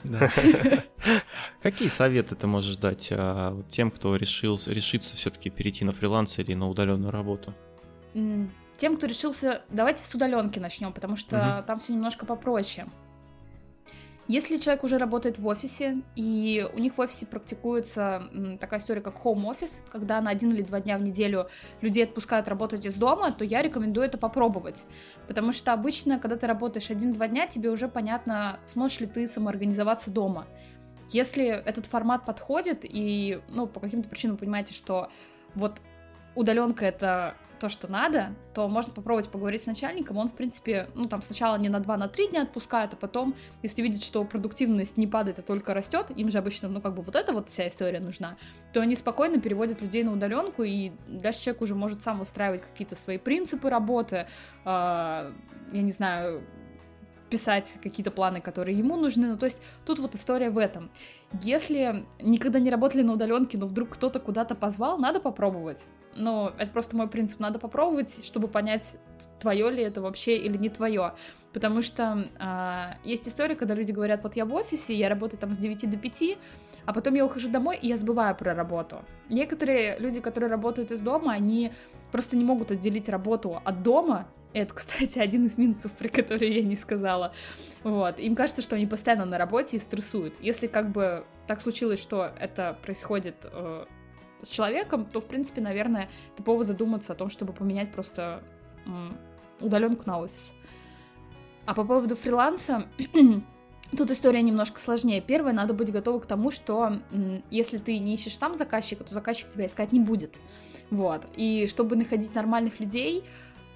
Какие советы ты можешь дать тем, кто решил, решится все-таки перейти на фриланс или на удаленную работу? Тем, кто решился... Давайте с удаленки начнем, потому что там все немножко попроще. Если человек уже работает в офисе, и у них в офисе практикуется м, такая история, как home office, когда на один или два дня в неделю людей отпускают работать из дома, то я рекомендую это попробовать. Потому что обычно, когда ты работаешь один-два дня, тебе уже понятно, сможешь ли ты самоорганизоваться дома. Если этот формат подходит, и ну, по каким-то причинам вы понимаете, что вот удаленка — это то, что надо, то можно попробовать поговорить с начальником. Он, в принципе, ну, там сначала не на два, на три дня отпускает, а потом, если видит, что продуктивность не падает, а только растет, им же обычно, ну, как бы вот эта вот вся история нужна, то они спокойно переводят людей на удаленку, и дальше человек уже может сам выстраивать какие-то свои принципы работы, э, я не знаю, писать какие-то планы, которые ему нужны. Ну, то есть тут вот история в этом. Если никогда не работали на удаленке, но вдруг кто-то куда-то позвал, надо попробовать. Ну, это просто мой принцип. Надо попробовать, чтобы понять, твое ли это вообще или не твое. Потому что э, есть история, когда люди говорят, вот я в офисе, я работаю там с девяти до пяти, а потом я ухожу домой, и я забываю про работу. Некоторые люди, которые работают из дома, они просто не могут отделить работу от дома. Это, кстати, один из минусов, про который я не сказала. Вот. Им кажется, что они постоянно на работе и стрессуют. Если как бы так случилось, что это происходит э, с человеком, то, в принципе, наверное, это повод задуматься о том, чтобы поменять просто э, удаленку на офис. А по поводу фриланса, тут история немножко сложнее. Первое, надо быть готовым к тому, что э, если ты не ищешь сам заказчика, то заказчик тебя искать не будет. Вот. И чтобы находить нормальных людей,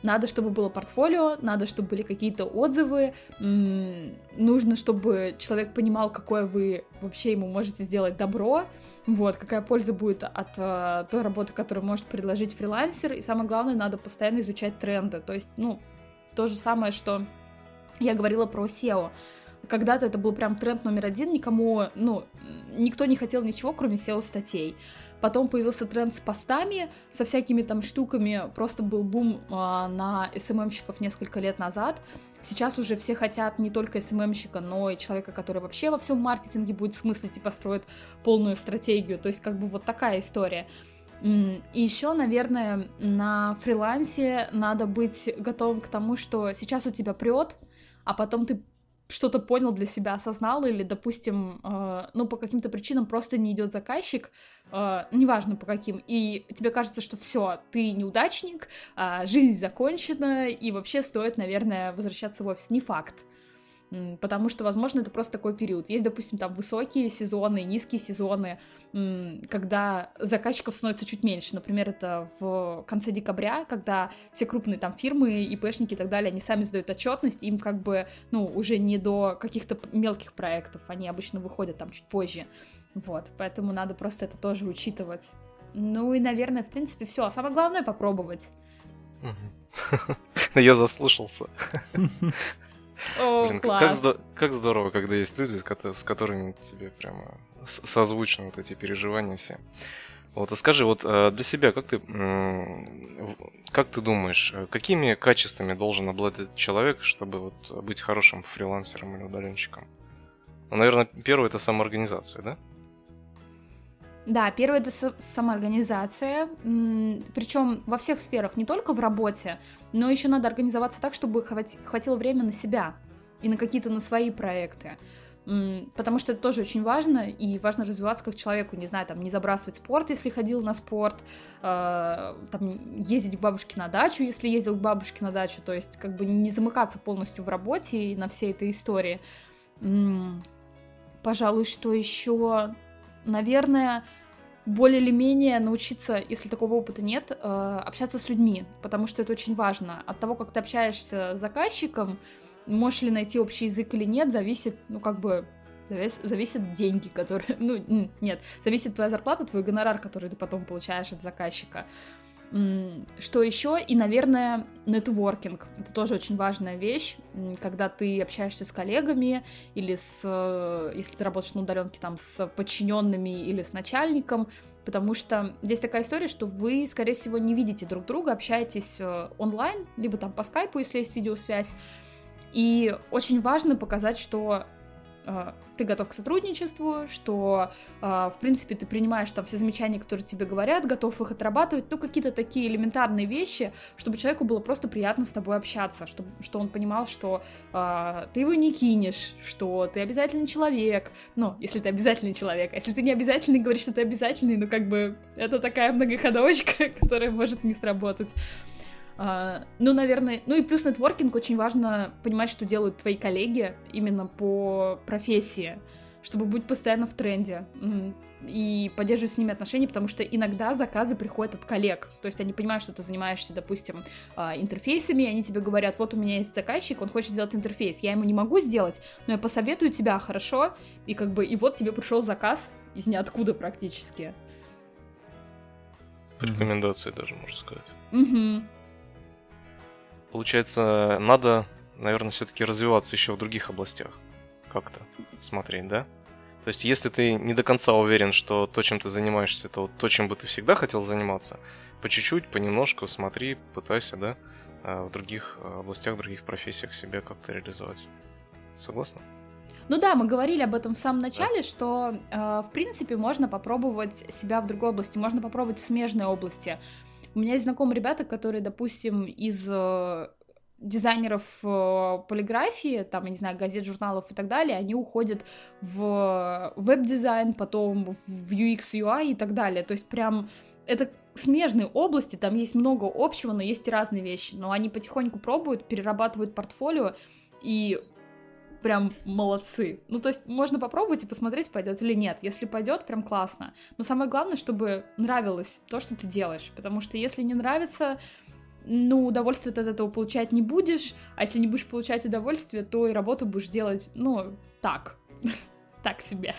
надо, чтобы было портфолио, надо, чтобы были какие-то отзывы, нужно, чтобы человек понимал, какое вы вообще ему можете сделать добро, вот, какая польза будет от uh, той работы, которую может предложить фрилансер, и самое главное, надо постоянно изучать тренды, то есть, ну, то же самое, что я говорила про сео. Когда-то это был прям тренд номер один, никому, ну, никто не хотел ничего, кроме сео-статей. Потом появился тренд с постами, со всякими там штуками, просто был бум а, на эс эм эм-щиков несколько лет назад. Сейчас уже все хотят не только эс эм эм-щика, но и человека, который вообще во всем маркетинге будет смыслить и построит полную стратегию, то есть как бы вот такая история. И еще, наверное, на фрилансе надо быть готовым к тому, что сейчас у тебя прет, а потом ты что-то понял для себя, осознал, или, допустим, э, ну, по каким-то причинам просто не идет заказчик, э, неважно по каким, и тебе кажется, что все, ты неудачник, э, жизнь закончена, и вообще стоит, наверное, возвращаться в офис. Не факт. Потому что, возможно, это просто такой период. Есть, допустим, там высокие сезоны, низкие сезоны, когда заказчиков становится чуть меньше. Например, это в конце декабря, когда все крупные там фирмы, ИПшники и так далее, они сами сдают отчетность, им как бы, ну, уже не до каких-то мелких проектов, они обычно выходят там чуть позже. Вот, поэтому надо просто это тоже учитывать. Ну и, наверное, в принципе, все. А самое главное — попробовать. Я заслушался. О, Блин, класс. как, здо- как здорово, когда есть люди, с, ко- с которыми тебе прямо с- созвучны вот эти переживания все. Вот, а скажи, вот э, для себя, как ты, м- как ты думаешь, э, какими качествами должен обладать человек, чтобы вот быть хорошим фрилансером или удаленщиком? Ну, наверное, первое — это самоорганизация, да? Да, первое — это со- самоорганизация, м, причем во всех сферах, не только в работе, но еще надо организоваться так, чтобы хвати- хватило время на себя и на какие-то на свои проекты, М, потому что это тоже очень важно, и важно развиваться как человеку, не знаю, там, не забрасывать спорт, если ходил на спорт, э, там, ездить к бабушке на дачу, если ездил к бабушке на дачу, то есть как бы не замыкаться полностью в работе и на всей этой истории. М, Пожалуй, что еще... Наверное, более или менее научиться, если такого опыта нет, общаться с людьми, потому что это очень важно. От того, как ты общаешься с заказчиком, можешь ли найти общий язык или нет, зависит, ну, как бы, зависят деньги, которые... Ну, нет, зависит твоя зарплата, твой гонорар, который ты потом получаешь от заказчика. Что еще? И, наверное, нетворкинг. Это тоже очень важная вещь, когда ты общаешься с коллегами или с, если ты работаешь на удаленке, там, с подчиненными или с начальником, потому что здесь такая история, что вы, скорее всего, не видите друг друга, общаетесь онлайн, либо там по скайпу, если есть видеосвязь, и очень важно показать, что ты готов к сотрудничеству, что, в принципе, ты принимаешь там все замечания, которые тебе говорят, готов их отрабатывать, ну, какие-то такие элементарные вещи, чтобы человеку было просто приятно с тобой общаться, чтобы, что он понимал, что э, ты его не кинешь, что ты обязательный человек, ну, если ты обязательный человек, а если ты не обязательный, говоришь, что ты обязательный, ну, как бы, это такая многоходовочка, которая может не сработать. Uh, ну, наверное, ну и плюс нетворкинг, очень важно понимать, что делают твои коллеги именно по профессии, чтобы быть постоянно в тренде и поддерживать с ними отношения, потому что иногда заказы приходят от коллег, то есть они понимают, что ты занимаешься, допустим, интерфейсами, и они тебе говорят: вот у меня есть заказчик, он хочет сделать интерфейс, я ему не могу сделать, но я посоветую тебя, хорошо, и как бы, и вот тебе пришел заказ из ниоткуда практически. По рекомендации даже, можно сказать. Угу. Получается, надо, наверное, все-таки развиваться еще в других областях. Как-то смотреть, да? То есть, если ты не до конца уверен, что то, чем ты занимаешься, это вот то, чем бы ты всегда хотел заниматься, по чуть-чуть, понемножку смотри, пытайся, да, в других областях, в других профессиях себя как-то реализовать. Согласна? Ну да, мы говорили об этом в самом начале, да. что, э, в принципе, можно попробовать себя в другой области, можно попробовать в смежной области. У меня есть знакомые ребята, которые, допустим, из э, дизайнеров э, полиграфии, там, я не знаю, газет, журналов и так далее, они уходят в веб-дизайн, потом в ю экс, ю ай и так далее. То есть прям это смежные области, там есть много общего, но есть и разные вещи. Но они потихоньку пробуют, перерабатывают портфолио и прям молодцы. Ну, то есть можно попробовать и посмотреть, пойдет или нет. Если пойдет, прям классно. Но самое главное, чтобы нравилось то, что ты делаешь. Потому что если не нравится, ну, удовольствие ты от этого получать не будешь, а если не будешь получать удовольствие, то и работу будешь делать, ну, так, так себе.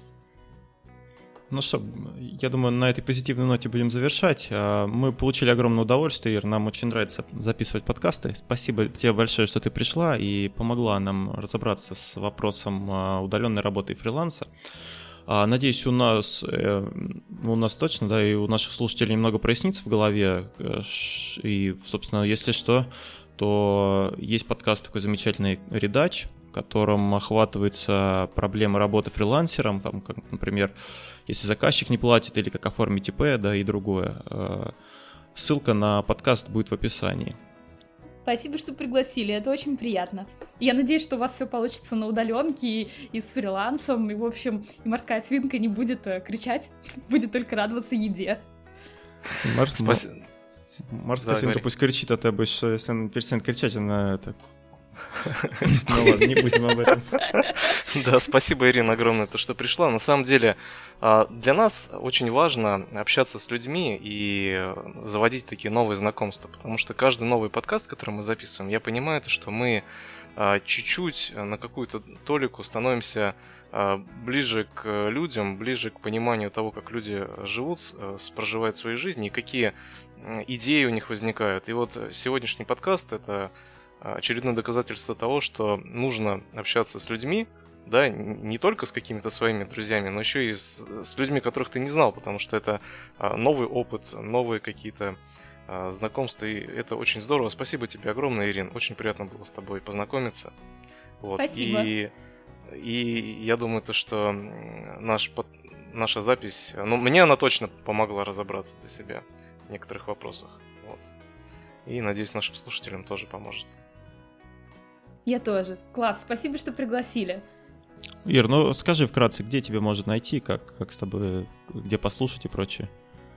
Ну что, я думаю, на этой позитивной ноте будем завершать. Мы получили огромное удовольствие, Ир, нам очень нравится записывать подкасты. Спасибо тебе большое, что ты пришла и помогла нам разобраться с вопросом удаленной работы и фриланса. Надеюсь, у нас, у нас точно, да, и у наших слушателей немного прояснится в голове. И, собственно, если что, то есть подкаст такой замечательный «Редач», в котором охватываются проблемы работы фрилансером, там, как, например, если заказчик не платит или как оформить ИП, да, и другое. Ссылка на подкаст будет в описании. Спасибо, что пригласили, это очень приятно. Я надеюсь, что у вас все получится на удаленке и, и с фрилансом, и, в общем, и морская свинка не будет кричать, будет только радоваться еде. Мор... Спасибо. Морская да, свинка говори. Пусть кричит, а ты будешь, если она перестанет кричать, она это... Ну ладно, не будем об этом. Да, спасибо, Ирина, огромное, то, что пришла. На самом деле, для нас очень важно общаться с людьми и заводить такие новые знакомства, потому что каждый новый подкаст, который мы записываем, я понимаю, что мы чуть-чуть на какую-то толику становимся ближе к людям, ближе к пониманию того, как люди живут, проживают свои жизни и какие идеи у них возникают. И вот сегодняшний подкаст — это очередное доказательство того, что нужно общаться с людьми, да, не только с какими-то своими друзьями, но еще и с, с людьми, которых ты не знал, потому что это новый опыт, новые какие-то знакомства, и это очень здорово. Спасибо тебе огромное, Ирин, очень приятно было с тобой познакомиться. Вот. Спасибо. И, и я думаю, то, что наш, наша запись, ну, мне она точно помогла разобраться для себя в некоторых вопросах. Вот. И надеюсь, нашим слушателям тоже поможет. Я тоже. Класс, спасибо, что пригласили. Ир, ну скажи вкратце, где тебя можно найти, как, как с тобой, где послушать и прочее.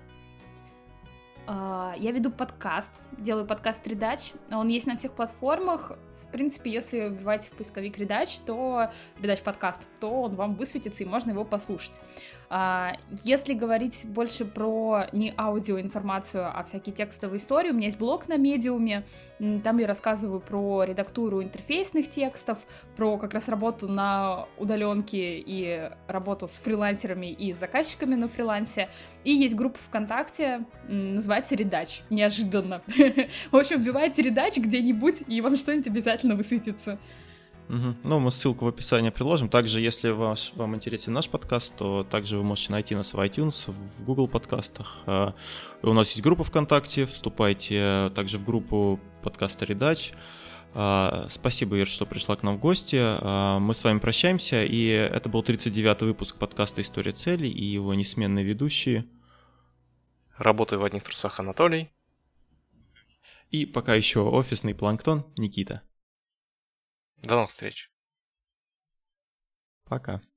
Я веду подкаст, делаю подкаст «Редач». Он есть на всех платформах. В принципе, если вбиваете в поисковик «Редач», то «Редач подкаст», то он вам высветится и можно его послушать. Если говорить больше про не аудиоинформацию, а всякие текстовые истории, у меня есть блог на Медиуме, там я рассказываю про редактуру интерфейсных текстов, про как раз работу на удаленке и работу с фрилансерами и с заказчиками на фрилансе. И есть группа ВКонтакте, называется «Редач», неожиданно. В общем, вбивайте «Редач» где-нибудь, и вам что-нибудь обязательно высветится. Угу. Ну, мы ссылку в описании приложим. Также, если ваш, вам интересен наш подкаст, то также вы можете найти нас в iTunes, в Google подкастах. У нас есть группа ВКонтакте, вступайте также в группу подкаста «Редач». Спасибо, Ир, что пришла к нам в гости. Мы с вами прощаемся, и это был тридцать девятый выпуск подкаста «История целей» и его несменные ведущие. Работаю в одних трусах Анатолий. И пока еще офисный планктон Никита. До новых встреч. Пока.